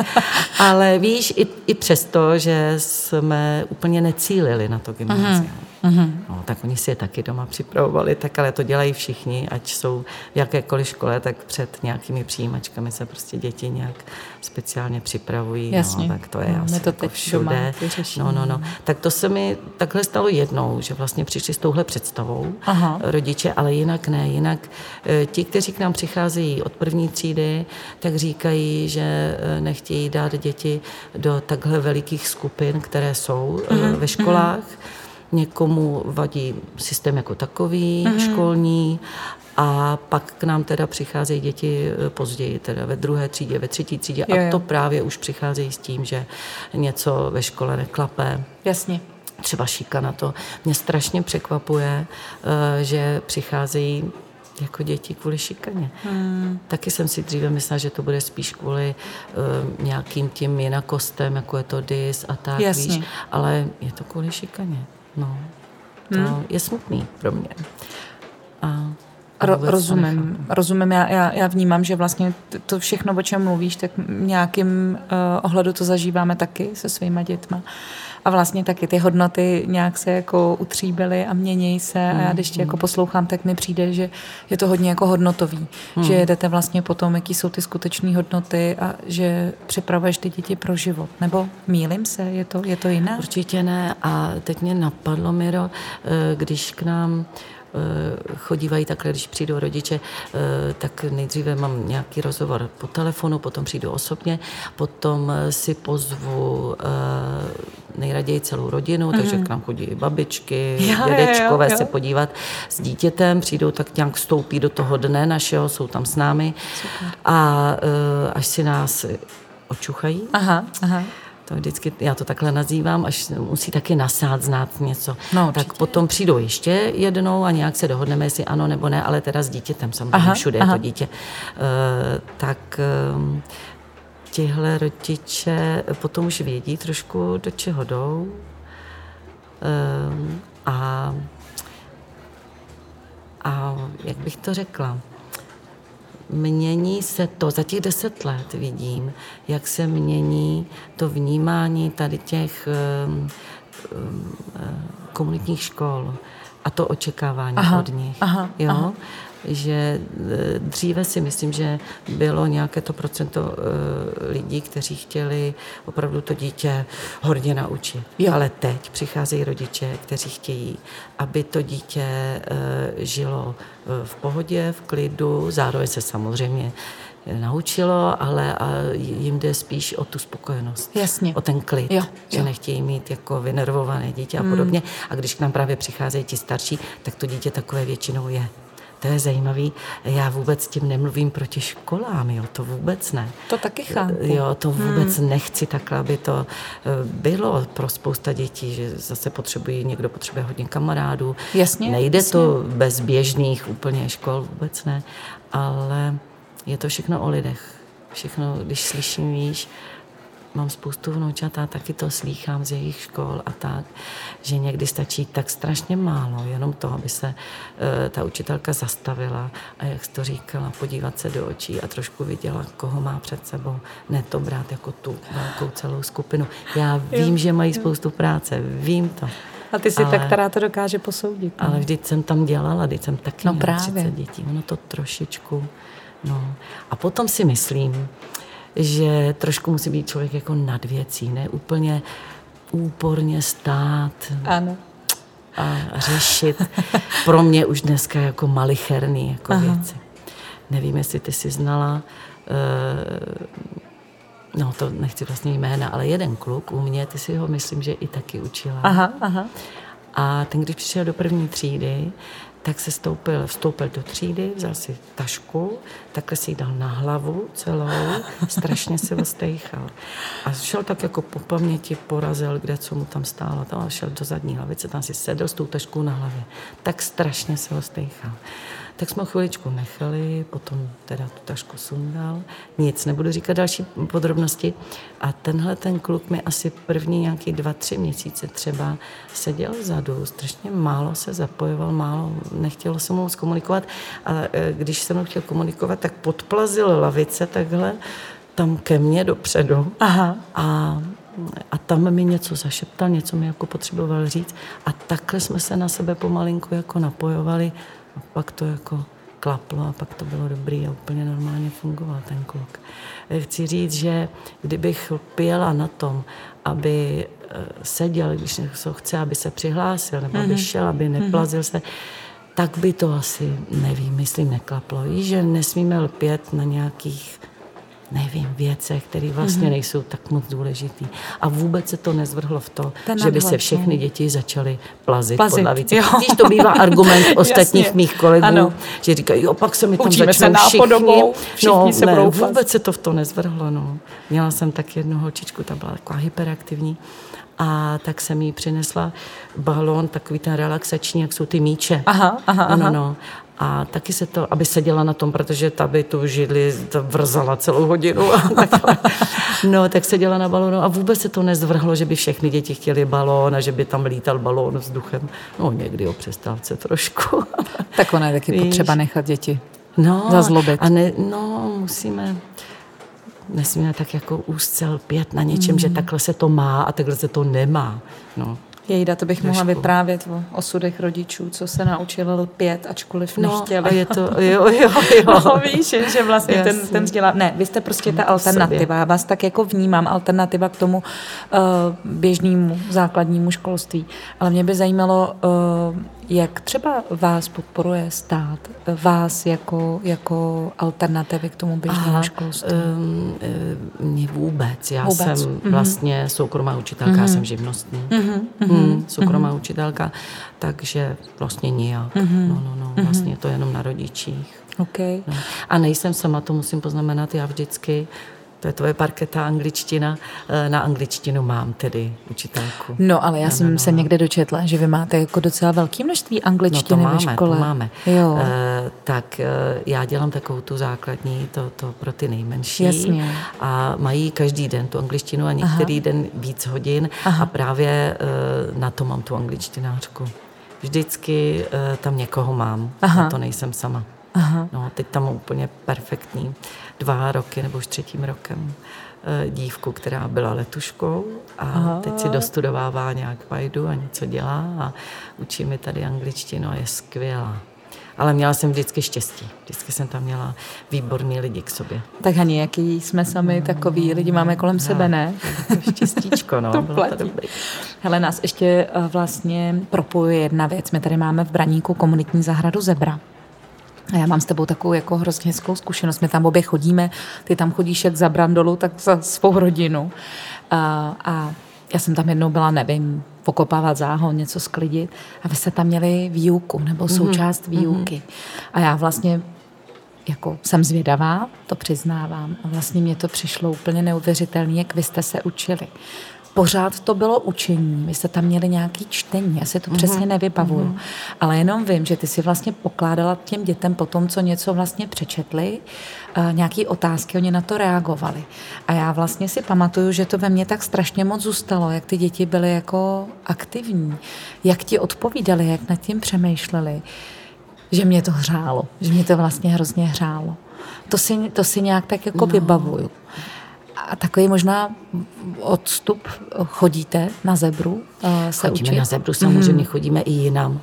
ale víš, i, i přesto, že jsme úplně necílili na to gymnázium. Mm-hmm. Mm-hmm. No, tak oni si je taky doma připravovali, tak ale to dělají všichni, ať jsou v jakékoliv škole, tak před nějakými přijímačkami se prostě děti nějak speciálně připravují. Jasně. No, tak to je no, asi to jako všude. No, no, no. Tak to se mi takhle stalo jednou, že vlastně přišli s touhle představou Aha. rodiče, ale jinak ne. Jinak ti, kteří k nám přicházejí od první třídy, tak říkají, že nechtějí dát děti do takhle velikých skupin, které jsou mm-hmm. ve školách. Mm-hmm. Někomu vadí systém jako takový, mm-hmm. školní, a pak k nám teda přicházejí děti později, teda ve druhé třídě, ve třetí třídě jo, jo. a to právě už přicházejí s tím, že něco ve škole neklape. Jasně. Třeba šikana, to mě strašně překvapuje, že přicházejí jako děti kvůli šikaně. Hmm. Taky jsem si dříve myslela, že to bude spíš kvůli uh, nějakým tím jinakostem, jako je to dys a tak, Jasně. víš, ale je to kvůli šikaně. No, to hmm. je smutný pro mě. A Ro, rozumím, rozumím. Já, já, já vnímám, že vlastně to všechno, o čem mluvíš, tak nějakým uh, ohledu to zažíváme taky se svýma dětma. A vlastně taky ty hodnoty nějak se jako utříbily a měnějí se a já když tě jako poslouchám, tak mi přijde, že je to hodně jako hodnotový. Hmm. Že jedete vlastně po tom, jaký jsou ty skutečné hodnoty a že připravuješ ty děti pro život. Nebo mýlím se? Je to, je to jiné? Určitě ne. A teď mě napadlo, Miro, když k nám chodívají takhle, když přijdou rodiče, tak nejdříve mám nějaký rozhovor po telefonu, potom přijdu osobně, potom si pozvu nejraději celou rodinu, mm-hmm. takže k nám chodí babičky, jo, dědečkové jo, jo. se podívat s dítětem, přijdou tak nějak vstoupí do toho dne našeho, jsou tam s námi. Super. A až si nás očuchají, aha, aha. To vždycky, já to takhle nazývám, až musí taky nasát znát něco. No, tak potom přijdou ještě jednou a nějak se dohodneme, jestli ano nebo ne, ale teda s dítětem, samozřejmě všude aha. je to dítě. Uh, tak um, tihle rodiče potom už vědí trošku, do čeho jdou. Um, a, a jak bych to řekla, mění se to, za těch deset let vidím, jak se mění to vnímání tady těch um, um, komunitních škol a to očekávání aha, od nich. Aha, jo? Aha. Že dříve si myslím, že bylo nějaké to procento uh, lidí, kteří chtěli opravdu to dítě hodně naučit. Jo. Ale teď přicházejí rodiče, kteří chtějí, aby to dítě uh, žilo v pohodě, v klidu, zároveň se samozřejmě naučilo, ale a jim jde spíš o tu spokojenost. Jasně. O ten klid, jo, že jo. nechtějí mít jako vynervované dítě a podobně. Hmm. A když k nám právě přicházejí ti starší, tak to dítě takové většinou je. To je zajímavý. Já vůbec tím nemluvím proti školám, jo, to vůbec ne. To taky chápu. Jo, to vůbec hmm. nechci takhle, aby to bylo pro spousta dětí, že zase potřebují, někdo potřebuje hodně kamarádů. Jasně. Nejde jasně. to bez běžných úplně škol, vůbec ne, ale je to všechno o lidech. Všechno, když slyším, víš, mám spoustu vnoučat a taky to slýchám z jejich škol a tak, že někdy stačí tak strašně málo, jenom to, aby se uh, ta učitelka zastavila a jak jsi to říkala, podívat se do očí a trošku viděla, koho má před sebou. Ne to brát jako tu velkou celou skupinu. Já vím, jo, že mají jo. spoustu práce, vím to. A ty jsi ale, ta, která to dokáže posoudit. Ne? Ale vždyť jsem tam dělala, vždyť jsem taky no měla třicet dětí. Ono to trošičku, no. A potom si myslím, že trošku musí být člověk jako nad věcí, ne úplně úporně stát ano. a řešit. Pro mě už dneska jako malicherný jako Aha. věci. Nevím, jestli ty jsi znala, uh, no to nechci vlastně jména, ale jeden kluk u mě, ty si ho myslím, že i taky učila. Aha, aha. A ten, když přišel do první třídy, tak se stoupil, vstoupil do třídy, vzal si tašku, takhle si ji dal na hlavu celou, strašně se ostejchal. A šel tak jako po paměti, porazil, kde co mu tam stálo, tam šel do zadní hlavice, tam si sedl s tou taškou na hlavě. Tak strašně se ostejchal. Tak jsme ho chviličku nechali, potom teda tu tašku sundal. Nic, nebudu říkat další podrobnosti. A tenhle ten kluk mi asi první nějaký dva, tři měsíce třeba seděl vzadu, strašně málo se zapojoval, málo, nechtělo se mu komunikovat. A když se mnou chtěl komunikovat, tak podplazil lavice takhle tam ke mně dopředu. Aha. A a tam mi něco zašeptal, něco mi jako potřeboval říct a takhle jsme se na sebe pomalinku jako napojovali a pak to jako klaplo a pak to bylo dobrý a úplně normálně fungoval ten kluk. Chci říct, že kdybych pěla na tom, aby seděl, když něco chce, aby se přihlásil, nebo aby šel, aby neplazil se, tak by to asi, nevím, myslím, neklaplo. Víš, že nesmíme lpět na nějakých, nevím, věcech, které vlastně nejsou tak moc důležitý. A vůbec se to nezvrhlo v to, ten že by se všechny děti začaly plazit, plazit. pod lavici. Když to bývá argument ostatních mých kolegů, ano. že říkají, jo, pak se mi tam Učíme začnou se všichni. všichni no, se ne, budou vůbec se to v to nezvrhlo. No. Měla jsem tak jednu holčičku, ta byla taková hyperaktivní. A tak jsem jí přinesla balón, takový ten relaxační, jak jsou ty míče. Aha, aha, no, no, aha. no. A taky se to, aby seděla na tom, protože ta by tu židli vrzala celou hodinu. A takhle. No, tak seděla na balónu a vůbec se to nezvrhlo, že by všechny děti chtěly balón a že by tam lítal balón vzduchem. No, někdy o přestávce trošku. Tak ona je taky Víš? potřeba nechat děti no, zazlobit. A ne, no, musíme... Nesmíme tak jako úzce lpět na něčem, mm. že takhle se to má a takhle se to nemá. No. Jejda, to bych Trošku. mohla vyprávět o osudech rodičů, co se naučili lpět, ačkoliv no, nechtěli. A je to, jo, jo, jo. No, víš, že vlastně ten, ten vzdělá... Ne, vy jste prostě ta alternativa. Já vás tak jako vnímám, alternativa k tomu uh, běžnému základnímu školství. Ale mě by zajímalo, uh, jak třeba vás podporuje stát, vás jako, jako alternativy k tomu běžnému Aha, školství? Um, mě vůbec. Já vůbec. jsem mm-hmm. vlastně soukromá učitelka, mm-hmm. já jsem živnostní. Mm-hmm. Mm, soukromá mm-hmm. učitelka, takže vlastně nijak. Mm-hmm. No, no, no, vlastně je to jenom na rodičích. Okay. No. A nejsem sama, to musím poznamenat, já vždycky, to je tvoje parketa, angličtina, na angličtinu mám tedy učitelku. No, ale já no, jsem no, se no. někde dočetla, že vy máte jako docela velké množství angličtiny no, to máme, ve škole. To máme, jo. E, tak e, já dělám takovou tu základní, to, to pro ty nejmenší. Jasně. A mají každý den tu angličtinu a některý Aha. den víc hodin Aha. a právě e, na to mám tu angličtinářku. Vždycky e, tam někoho mám, Aha. a to nejsem sama. Aha. No, teď tam mám úplně perfektní dva roky nebo už třetím rokem e, dívku, která byla letuškou a Aha. teď si dostudovává nějak vajdu a něco dělá a učí mi tady angličtinu a je skvělá. Ale měla jsem vždycky štěstí. Vždycky jsem tam měla výborný lidi k sobě. Tak Hani, jaký jsme sami takový lidi máme kolem no, sebe, ne? Štěstíčko, no. To bylo to dobrý. Hele, nás ještě vlastně propojuje jedna věc. My tady máme v Braníku komunitní zahradu Zebra. A já mám s tebou takovou jako hrozně hezkou zkušenost. My tam obě chodíme, ty tam chodíš jak za Brandolu, tak za svou rodinu. A, a já jsem tam jednou byla, nevím, pokopávat záhon, něco sklidit a vy jste tam měli výuku nebo součást mm-hmm. výuky. A já vlastně jako jsem zvědavá, to přiznávám. A vlastně mně to přišlo úplně neuvěřitelné, jak vy jste se učili. Pořád to bylo učení, vy jste tam měli nějaké čtení, já si to mm-hmm. přesně nevybavuju. Mm-hmm. Ale jenom vím, že ty si vlastně pokládala těm dětem po tom, co něco vlastně přečetli, uh, nějaké otázky, oni na to reagovali. A já vlastně si pamatuju, že to ve mně tak strašně moc zůstalo, jak ty děti byly jako aktivní, jak ti odpovídali, jak nad tím přemýšleli, že mě to hřálo, že mě to vlastně hrozně hřálo. To si, to si nějak tak jako no. vybavuju. A takový možná odstup, chodíte na Zebru se chodíme učit? na Zebru, samozřejmě mm. chodíme i jinam.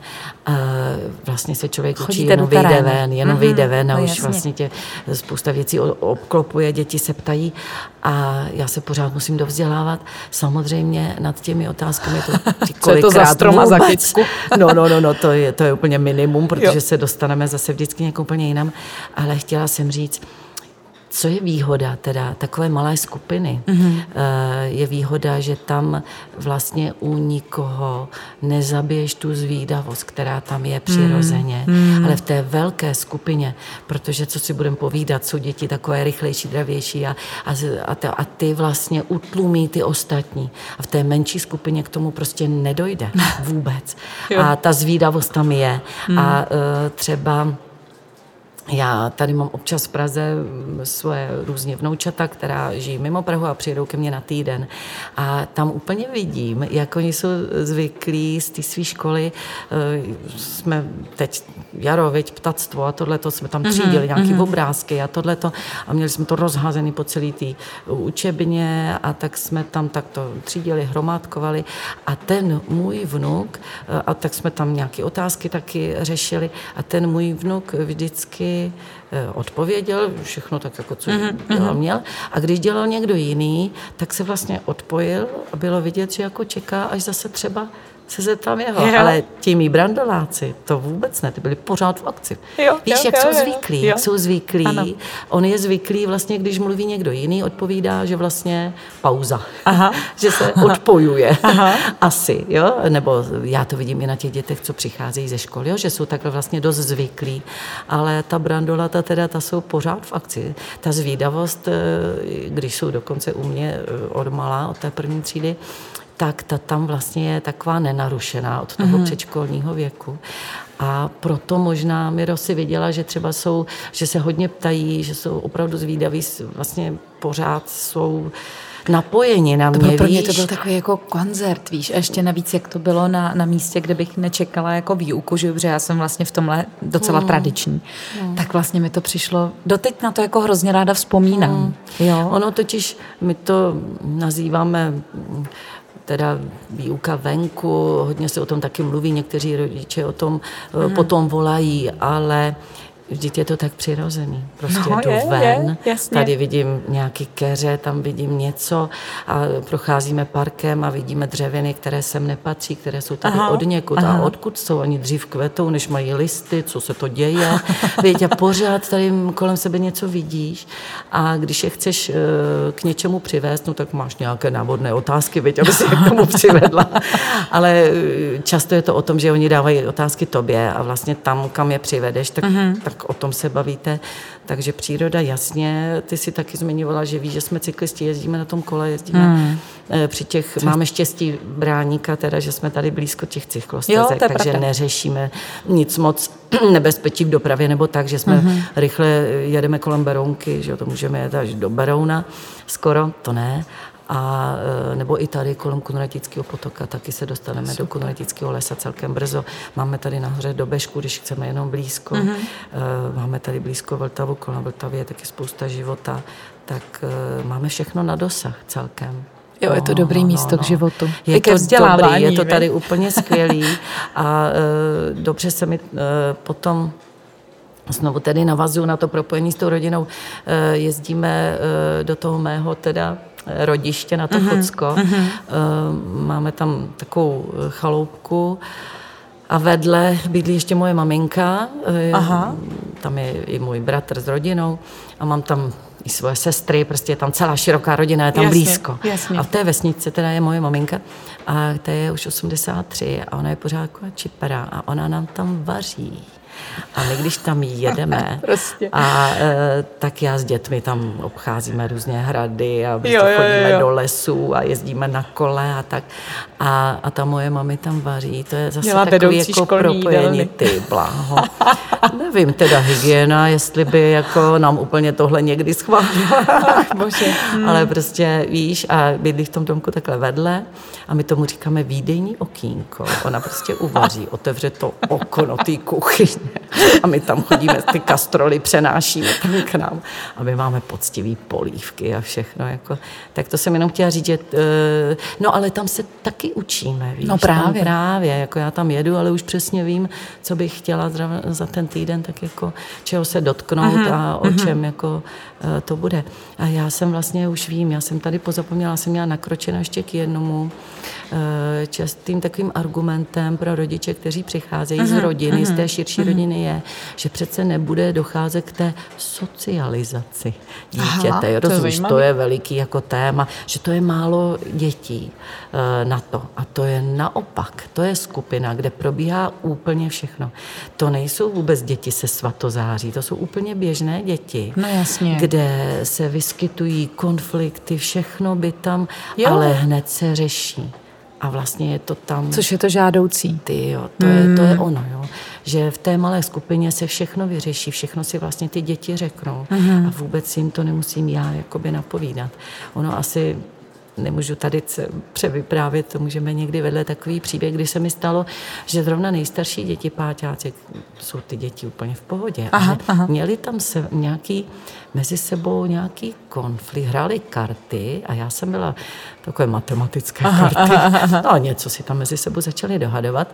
Vlastně se člověk chodíte učí, jenom vyjde ven, jenom mm-hmm. vyjde ven a no, už jasně. vlastně tě spousta věcí obklopuje, děti se ptají a já se pořád musím dovzdělávat. Samozřejmě nad těmi otázkami to co je to za strom a za kytku? No, no, no, no, to je, to je úplně minimum, protože jo. se dostaneme zase vždycky někam úplně jinam, ale chtěla jsem říct, co je výhoda teda takové malé skupiny? Mm-hmm. Je výhoda, že tam vlastně u nikoho nezabiješ tu zvídavost, která tam je přirozeně, mm-hmm. ale v té velké skupině, protože co si budeme povídat, jsou děti takové rychlejší, dravější a, a, a, ty, a ty vlastně utlumí ty ostatní. A v té menší skupině k tomu prostě nedojde vůbec. A ta zvídavost tam je. Mm. A uh, třeba Já tady mám občas v Praze svoje různě vnoučata, která žijí mimo Prahu a přijedou ke mně na týden. A tam úplně vidím, jak oni jsou zvyklí z té své školy. Jsme teď jaro, veď, ptactvo a tohleto, jsme tam třídili nějaké mm-hmm. obrázky a tohleto. A měli jsme to rozházené po celé té učebně a tak jsme tam takto třídili, hromádkovali. A ten můj vnuk, a tak jsme tam nějaké otázky taky řešili, a ten můj vnuk vždycky odpověděl, všechno tak, jako co mm-hmm. dělal měl. A když dělal někdo jiný, tak se vlastně odpojil a bylo vidět, že jako čeká, až zase třeba se zeptám jeho. Jo. Ale ti mý brandoláci, to vůbec ne, ty byli pořád v akci. Jo, Víš, jo, jak jo, jsou jo, zvyklí, jo. jak jsou zvyklí. Ano. On je zvyklý, vlastně, když mluví někdo jiný, odpovídá, že vlastně pauza. Aha. že se odpojuje. Aha. Asi, jo? Nebo já to vidím i na těch dětech, co přicházejí ze školy, jo? Že jsou takhle vlastně dost zvyklí. Ale ta brandolata teda, ta jsou pořád v akci. Ta zvídavost, když jsou dokonce u mě od malá, od té první třídy, tak ta tam vlastně je taková nenarušená od toho mm-hmm. předškolního věku. A proto možná Miro si viděla, že třeba jsou, že se hodně ptají, že jsou opravdu zvídaví, vlastně pořád jsou napojeni na mě, to bylo, pro víš? mě to byl takový jako koncert, víš, a ještě navíc, jak to bylo na, na místě, kde bych nečekala jako výuku, že dobře, já jsem vlastně v tomhle docela mm. tradiční, mm. tak vlastně mi to přišlo, doteď na to jako hrozně ráda vzpomínám. Mm. Jo? Ono totiž, my to nazýváme teda výuka venku, hodně se o tom taky mluví, někteří rodiče o tom mm. potom volají, ale vždyť je to tak přirozený. Prostě no, jdu je, ven, je, tady vidím nějaký keře, tam vidím něco a procházíme parkem a vidíme dřeviny, které sem nepatří, které jsou tady aha, od někud. Aha. A odkud jsou? Oni dřív kvetou, než mají listy, co se to děje. Víš, a pořád tady kolem sebe něco vidíš a když je chceš k něčemu přivést, no tak máš nějaké návodné otázky, víš, aby si je k tomu přivedla. Ale často je to o tom, že oni dávají otázky tobě a vlastně tam, kam je přivedeš, tak, uh-huh. tak o tom se bavíte. Takže příroda, jasně, ty si taky zmiňovala, že víš, že jsme cyklisti, jezdíme na tom kole, jezdíme hmm. při těch, máme štěstí Bráníka, teda, že jsme tady blízko těch cyklostezek, takže pravda. Neřešíme nic moc nebezpečí v dopravě, nebo tak, že jsme hmm. rychle jedeme kolem Berounky, že to můžeme jet až do Berouna, skoro, to ne. A nebo i tady kolem Kunratického potoka, taky se dostaneme Super. Do Kunratického lesa celkem brzo. Máme tady nahoře do Bešku, když chceme jenom blízko. Mm-hmm. Máme tady blízko Vltavu, kolem Vltavy je taky spousta života, tak máme všechno na dosah celkem. Jo, je to no, dobrý no, místo no, k životu. Je to dobrý, je to tady úplně skvělý a e, dobře se mi e, potom znovu tedy navazuju na to propojení s tou rodinou. E, jezdíme e, do toho mého teda rodiště na to uh-huh, Chocko. Uh-huh. Máme tam takovou chaloupku a vedle bydlí ještě moje maminka. Aha. Tam je i můj bratr s rodinou a mám tam i svoje sestry, prostě je tam celá široká rodina, je tam jasně, blízko. Jasně. A v té vesnici teda je moje maminka a ta je už osmdesát tři a ona je pořád taková čipera a ona nám tam vaří. A my, když tam jedeme, prostě. a e, tak já s dětmi tam obcházíme různě hrady a prostě jo, jo, chodíme jo. do lesů a jezdíme na kole a tak. A, a ta moje mami tam vaří. To je zase Měla takový jako propojení. Ty bláho. Nevím, teda hygiena, jestli by jako nám úplně tohle někdy schválila. hmm. Ale prostě víš, a bydlí v tom domku takhle vedle a my tomu říkáme výdejní okýnko. Ona prostě uvaří, otevře to okno té kuchyně. A my tam chodíme, ty kastroly přenášíme tam k nám. A my máme poctivý polívky a všechno. Jako. Tak to jsem jenom chtěla říct, že... No ale tam se taky učíme, víš. No právě. Tam právě, jako já tam jedu, ale už přesně vím, co bych chtěla za ten týden, tak jako čeho se dotknout uh-huh, a o uh-huh. čem jako to bude. A já jsem vlastně už vím, já jsem tady pozapomněla, jsem měla nakročeno ještě k jednomu častým takovým argumentem pro rodiče, kteří přicházejí uh-huh, z rodiny, uh-huh, z té širší uh-huh. rodiny je, že přece nebude docházet k té socializaci dítěte. Aha, rozumíš, to, to je veliký jako téma, že to je málo dětí uh, na to. A to je naopak. To je skupina, kde probíhá úplně všechno. To nejsou vůbec děti se svatozáří, to jsou úplně běžné děti. No jasně. Kde se vyskytují konflikty, všechno by tam, jo. ale hned se řeší. A vlastně je to tam... Což je to žádoucí. Ty jo, to, mm. je, to je ono, jo. že v té malé skupině se všechno vyřeší, všechno si vlastně ty děti řeknou mm-hmm. a vůbec jim to nemusím já jakoby napovídat. Ono asi nemůžu tady převyprávět, to můžeme někdy vedle takový příběh, kdy se mi stalo, že zrovna nejstarší děti páťáci, jsou ty děti úplně v pohodě, aha, ale aha. měli tam se nějaký, mezi sebou nějaký konflikt, hráli karty a já jsem byla takové matematické aha, karty, aha, aha. no a něco si tam mezi sebou začali dohadovat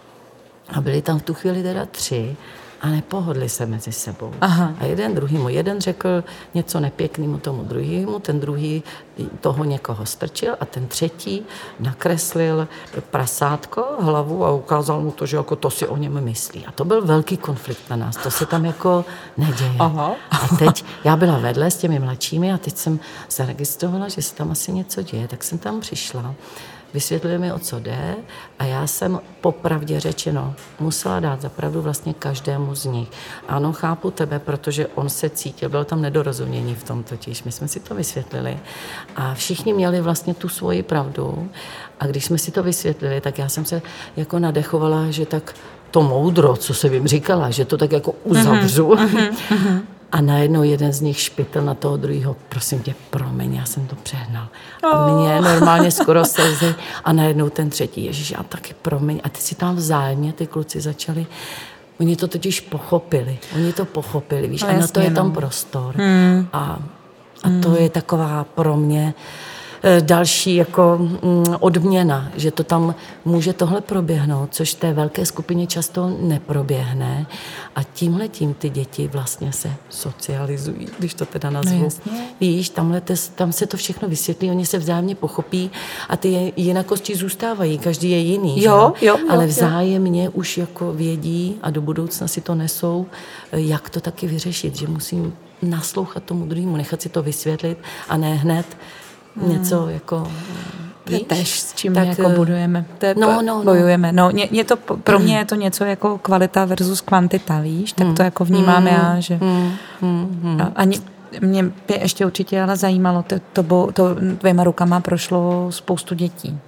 a byli tam v tu chvíli teda tři a nepohodli se mezi sebou. Aha. A jeden druhýmu, jeden řekl něco nepěknému tomu druhýmu, ten druhý toho někoho strčil a ten třetí nakreslil prasátko, hlavu a ukázal mu to, že jako to si o něm myslí. A to byl velký konflikt na nás, to se tam jako neděje. Aha. A teď já byla vedle s těmi mladšími a teď jsem zaregistrovala, že se tam asi něco děje, tak jsem tam přišla. Vysvětlili mi, o co jde a já jsem popravdě řečeno musela dát zapravdu vlastně každému z nich. Ano, chápu tebe, protože on se cítil, bylo tam nedorozumění v tom totiž, my jsme si to vysvětlili a všichni měli vlastně tu svoji pravdu a když jsme si to vysvětlili, tak já jsem se jako nadechovala, že tak to moudro, co se vím říkala, že to tak jako uzavřu. Mm-hmm, mm-hmm. A najednou jeden z nich špitl na toho druhého, prosím tě, promiň, já jsem to přehnal. A mě normálně skoro slzy a najednou ten třetí, ježiš, já taky promiň. A ty si tam vzájemně, ty kluci začali, oni to totiž pochopili, oni to pochopili, víš, no, a na to je tam prostor. Hmm. A, a to hmm. je taková pro mě další jako odměna, že to tam může tohle proběhnout, což té velké skupině často neproběhne a tímhletím ty děti vlastně se socializují, když to teda nazvu. No, víš, tamhle te, tam se to všechno vysvětlí, oni se vzájemně pochopí a ty jinakosti zůstávají, každý je jiný, jo, jo, jo, ale vzájemně jo. už jako vědí a do budoucna si to nesou, jak to taky vyřešit, že musím naslouchat tomu druhému, nechat si to vysvětlit a ne hned něco jako... To je tež, s čím tak, jako budujeme. To je, no, no, bojujeme. No, mě, mě to, pro mě je to něco jako kvalita versus kvantita, víš? Tak to jako vnímám mm. já, že... Mm. Mm. A, ani mě by ještě určitě ale zajímalo, to, to, to dvěma rukama prošlo spoustu dětí.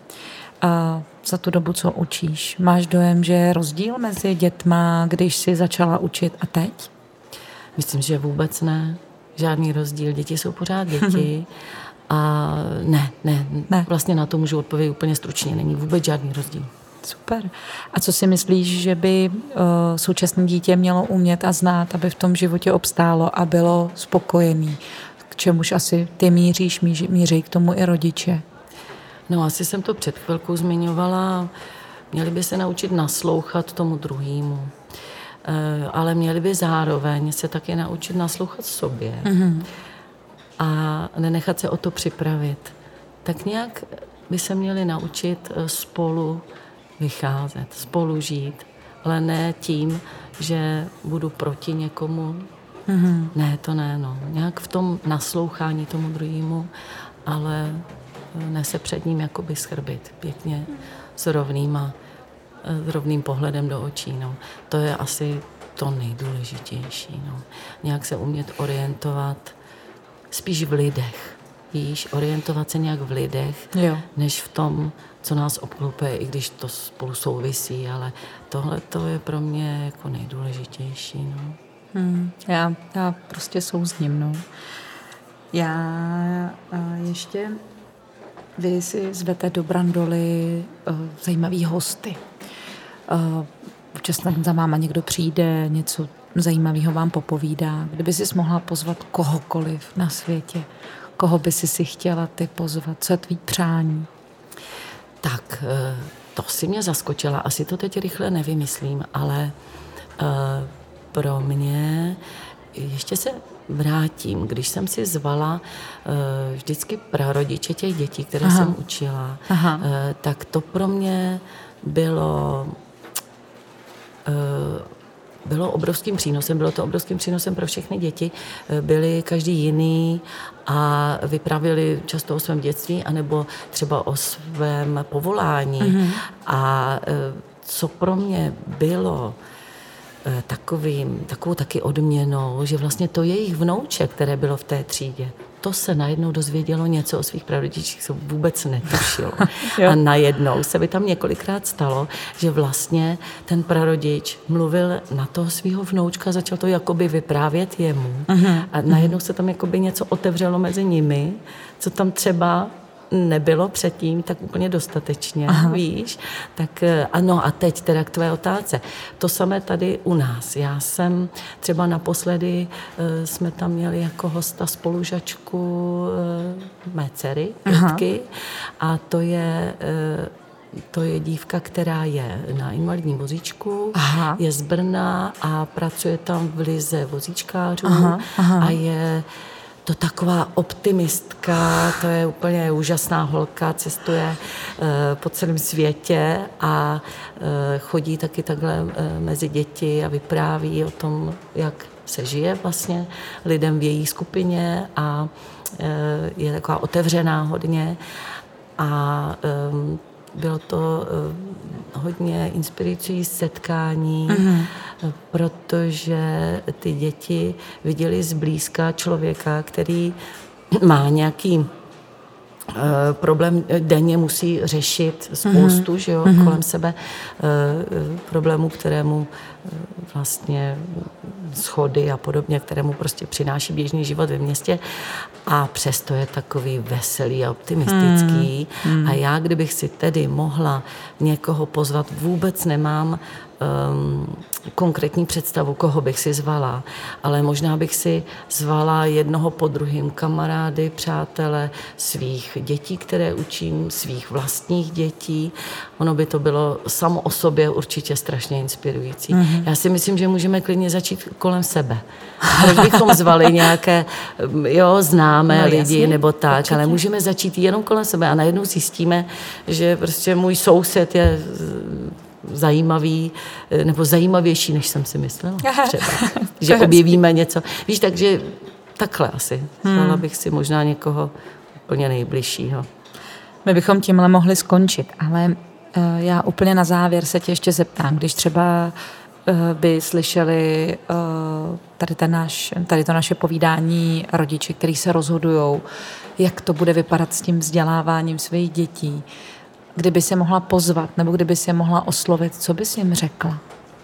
A za tu dobu, co učíš, máš dojem, že je rozdíl mezi dětma, když jsi začala učit a teď? Myslím, že vůbec ne. Žádný rozdíl. Děti jsou pořád děti. A ne, ne, ne, vlastně na to můžu odpovědět úplně stručně, není vůbec žádný rozdíl. Super. A co si myslíš, že by uh, současné dítě mělo umět a znát, aby v tom životě obstálo a bylo spokojený? K čemuž asi ty míříš, míří, míří k tomu i rodiče? No asi jsem to před chvilkou zmiňovala. Měli by se naučit naslouchat tomu druhému. Uh, ale měli by zároveň se taky naučit naslouchat sobě. Mm-hmm. A nenechat se o to připravit. Tak nějak by se měli naučit spolu vycházet, spolu žít, ale ne tím, že budu proti někomu. Mm-hmm. Ne, to ne, no. Nějak v tom naslouchání tomu druhému, ale ne se před ním jakoby schrbit pěkně s rovnýma, s rovným pohledem do očí, no. To je asi to nejdůležitější, no. Nějak se umět orientovat spíš v lidech, víš, orientovat se nějak v lidech, jo. než v tom, co nás obklopuje, i když to spolu souvisí, ale tohle to je pro mě jako nejdůležitější, no. Hmm, já, já prostě souzním, no. Já a ještě, vy si zvete do Brandoly uh, zajímavý hosty. Uh, občas tam za váma někdo přijde, něco zajímavého vám popovídá. Kdyby jsi mohla pozvat kohokoliv na světě, koho by si si chtěla ty pozvat? Co je tvý přání? Tak, to si mě zaskočila. Asi to teď rychle nevymyslím, ale pro mě ještě se vrátím. Když jsem si zvala vždycky prarodiče těch dětí, které Aha. jsem učila, Aha. tak to pro mě bylo... bylo obrovským přínosem, bylo to obrovským přínosem pro všechny děti. Byli každý jiný a vyprávěli často o svém dětství anebo třeba o svém povolání. Mm-hmm. A co pro mě bylo takovým, takovou taky odměnou, že vlastně to jejich vnouče, které bylo v té třídě, to se najednou dozvědělo něco o svých prarodičích, co vůbec netušilo. A najednou se by tam několikrát stalo, že vlastně ten prarodič mluvil na toho svého vnoučka, začal to jakoby vyprávět jemu. Uh-huh. A najednou se tam jakoby něco otevřelo mezi nimi, co tam třeba nebylo předtím tak úplně dostatečně, Aha. víš. Tak ano, a teď teda k tvé otázce. To samé tady u nás. Já jsem třeba naposledy uh, jsme tam měli jako hosta spolužačku uh, mé dcery, Pětky, a to je uh, to je dívka, která je na invalidním vozíčku, aha. je z Brna a pracuje tam v lize vozíčkářů aha, aha. a je to taková optimistka, to je úplně úžasná holka, cestuje uh, po celém světě a uh, chodí taky takhle uh, mezi děti a vypráví o tom, jak se žije vlastně lidem v její skupině a uh, je taková otevřená hodně a um, bylo to uh, hodně inspirující setkání, mm-hmm. protože ty děti viděly zblízka člověka, který má nějaký uh, problém, denně musí řešit spoustu, mm-hmm. že jo, mm-hmm. kolem sebe uh, problémů, kterému uh, vlastně schody a podobně, kterému prostě přináší běžný život ve městě a přesto je takový veselý a optimistický. Mm. A já, kdybych si tedy mohla někoho pozvat, vůbec nemám um, konkrétní představu, koho bych si zvala, ale možná bych si zvala jednoho po druhým kamarády, přátele, svých dětí, které učím, svých vlastních dětí. Ono by to bylo samo o sobě určitě strašně inspirující. Mm. Já si myslím, že můžeme klidně začít kolem sebe. Proč bychom zvali nějaké jo, známé no, lidi jasně, nebo tak, určitě. Ale můžeme začít jenom kolem sebe a najednou zjistíme, že prostě můj soused je zajímavý, nebo zajímavější, než jsem si myslela třeba. Že objevíme něco. Víš, takže takhle asi. Zvala hmm. bych si možná někoho úplně nejbližšího. My bychom tímhle mohli skončit, ale uh, já úplně na závěr se tě ještě zeptám, když třeba by slyšeli uh, tady, ten náš, tady to naše povídání rodiči, kteří se rozhodujou, jak to bude vypadat s tím vzděláváním svých dětí. Kdyby se mohla pozvat, nebo kdyby se mohla oslovit, co bys jim řekla?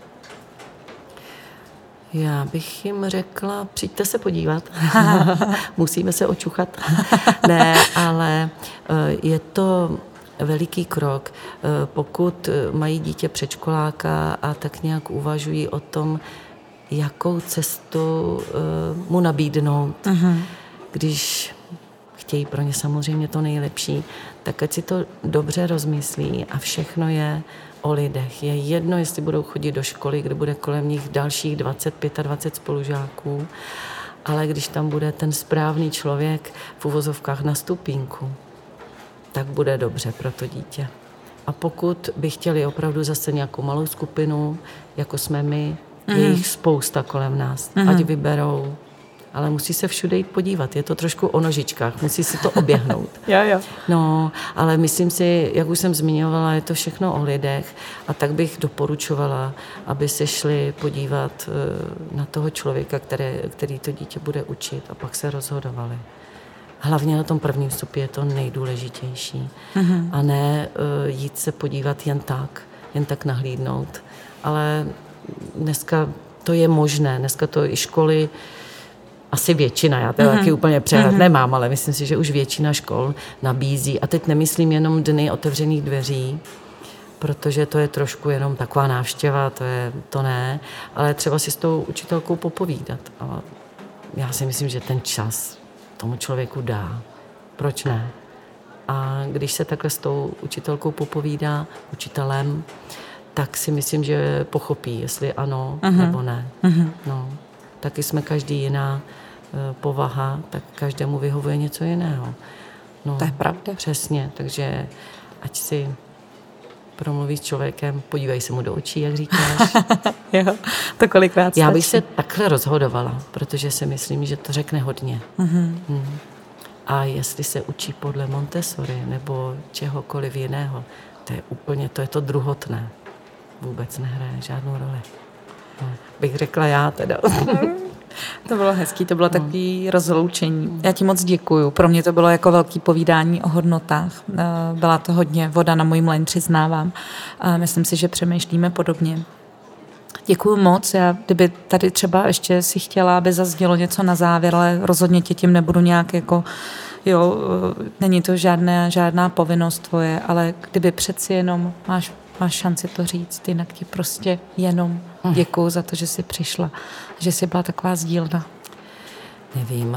Já bych jim řekla, přijďte se podívat. Musíme se očuchat. Ne, ale uh, je to veliký krok. Pokud mají dítě předškoláka a tak nějak uvažují o tom, jakou cestu mu nabídnout, uh-huh. když chtějí pro ně samozřejmě to nejlepší, tak ať si to dobře rozmyslí a všechno je o lidech. Je jedno, jestli budou chodit do školy, kde bude kolem nich dalších dvacet, dvacet pět spolužáků, ale když tam bude ten správný člověk v uvozovkách na stupínku, tak bude dobře pro to dítě. A pokud by chtěli opravdu zase nějakou malou skupinu, jako jsme my, mm. je jich spousta kolem nás, mm. ať vyberou, ale musí se všude jít podívat. Je to trošku o nožičkách, musí si to oběhnout. jo, jo. No, ale myslím si, jak už jsem zmiňovala, je to všechno o lidech a tak bych doporučovala, aby se šli podívat na toho člověka, které, který to dítě bude učit a pak se rozhodovali. Hlavně na tom prvním vstupě je to nejdůležitější. Mm-hmm. A ne uh, jít se podívat jen tak, jen tak nahlídnout. Ale dneska to je možné. Dneska to i školy, asi většina, já to mm-hmm. taky úplně přehled mm-hmm. nemám, ale myslím si, že už většina škol nabízí. A teď nemyslím jenom dny otevřených dveří, protože to je trošku jenom taková návštěva, to, je, to ne, ale třeba si s tou učitelkou popovídat. A já si myslím, že ten čas tomu člověku dá. Proč ne? A když se takhle s tou učitelkou popovídá, učitelem, tak si myslím, že pochopí, jestli ano uh-huh. nebo ne. Uh-huh. No, taky jsme každý jiná e, povaha, tak každému vyhovuje něco jiného. No, to je pravda. Přesně, takže ať si promluví s člověkem, podívej se mu do očí, jak říkáš. jo, to kolikrát stačí. Já bych se takhle rozhodovala, protože si myslím, že to řekne hodně. Uh-huh. Hmm. A jestli se učí podle Montessori nebo čehokoliv jiného, to je úplně, to je to druhotné. Vůbec nehraje žádnou roli. No, bych řekla já teda. To bylo hezký, to bylo takový rozloučení. Já ti moc děkuju. Pro mě to bylo jako velký povídání o hodnotách. Byla to hodně voda na můj mlejn, přiznávám. Myslím si, že přemýšlíme podobně. Děkuju moc. Já, kdyby tady třeba ještě si chtěla, aby zaznělo něco na závěr, ale rozhodně tě tím nebudu nějak jako, jo, není to žádná, žádná povinnost tvoje, ale kdyby přeci jenom máš, máš šanci to říct, jinak ti prostě jenom děkuju za to, že jsi přišla, že jsi byla taková sdílna. Nevím,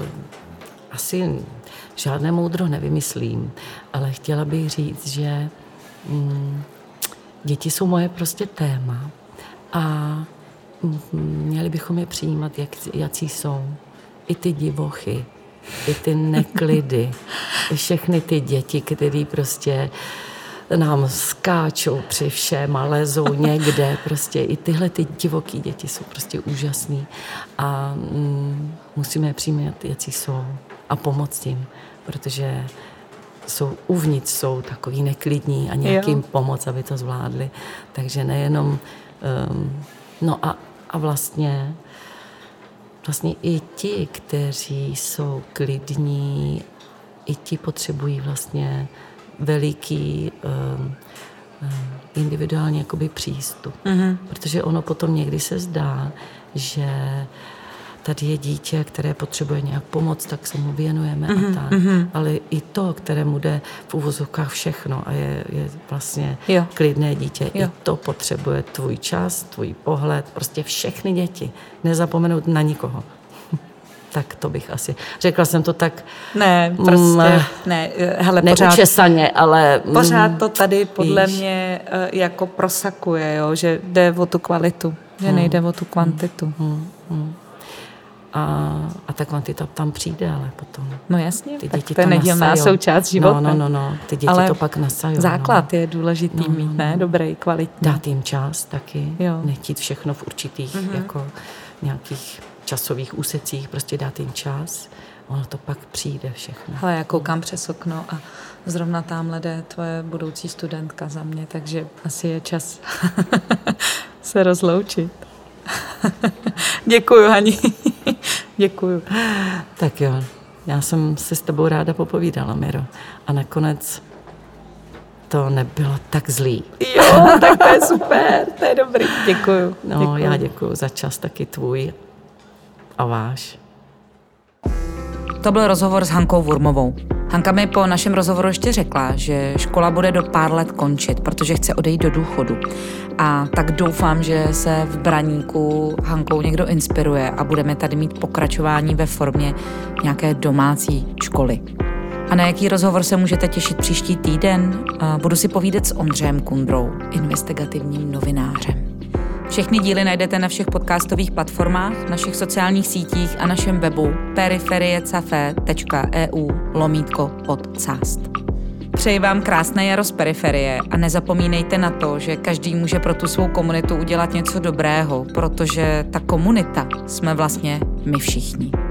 asi žádné moudro nevymyslím, ale chtěla bych říct, že mm, děti jsou moje prostě téma a měli bychom je přijímat, jak, jací jsou. I ty divochy, i ty neklidy, i všechny ty děti, které prostě nám skáčou při všem a lezou někde. Prostě i tyhle ty divoký děti jsou prostě úžasný a mm, musíme je přijímat, jací jsou a pomoct jim, protože jsou uvnitř, jsou takový neklidní a nějakým jo. pomoct, aby to zvládli. Takže nejenom um, no a, a vlastně vlastně i ti, kteří jsou klidní, i ti potřebují vlastně veliký um, um, individuální jakoby přístup. Mm-hmm. Protože ono potom někdy se zdá, že tady je dítě, které potřebuje nějak pomoct, tak se mu věnujeme mm-hmm. a tak. Mm-hmm. Ale i to, kterému jde v uvozovkách všechno a je, je vlastně jo. klidné dítě, jo. i to potřebuje tvůj čas, tvůj pohled, prostě všechny děti. Nezapomenout na nikoho. Tak to bych asi... Řekla jsem to tak... Ne, prostě... Ne, hele, pořád... Neučesaně, ale... Pořád to tady podle víš. mě jako prosakuje, jo, že jde o tu kvalitu, že hmm. nejde o tu kvantitu. Hmm. Hmm. A, a ta kvantita tam přijde, ale potom... No jasně, ty tak děti to je nedílná součást života. No, no, no, no, ty děti ale to pak nasajou. Základ no. je důležitý no, mít, ne? Dobrý, kvalitní. Dát jim čas taky, jo. nechtít všechno v určitých mm-hmm. jako nějakých časových úsecích, prostě dát jim čas, ono to pak přijde všechno. Ale já koukám přes okno a zrovna tamhle jde tvoje budoucí studentka za mě, takže asi je čas se rozloučit. Děkuju, Hani. Děkuju. Tak jo, já jsem si s tebou ráda popovídala, Miro. A nakonec to nebylo tak zlý. Jo, tak to je super, to je dobrý. Děkuju. No, děkuju. Já děkuju za čas taky tvůj a váš. To byl rozhovor s Hankou Wurmovou. Hanka mi po našem rozhovoru ještě řekla, že škola bude do pár let končit, protože chce odejít do důchodu. A tak doufám, že se v Braníku Hankou někdo inspiruje a budeme tady mít pokračování ve formě nějaké domácí školy. A na jaký rozhovor se můžete těšit příští týden? Budu si povídat s Ondřejem Kundrou, investigativním novinářem. Všechny díly najdete na všech podcastových platformách, našich sociálních sítích a našem webu periferiecafé tečka e u lomítko podcast. Přeji vám krásné jaro z periferie a nezapomínejte na to, že každý může pro tu svou komunitu udělat něco dobrého, protože ta komunita jsme vlastně my všichni.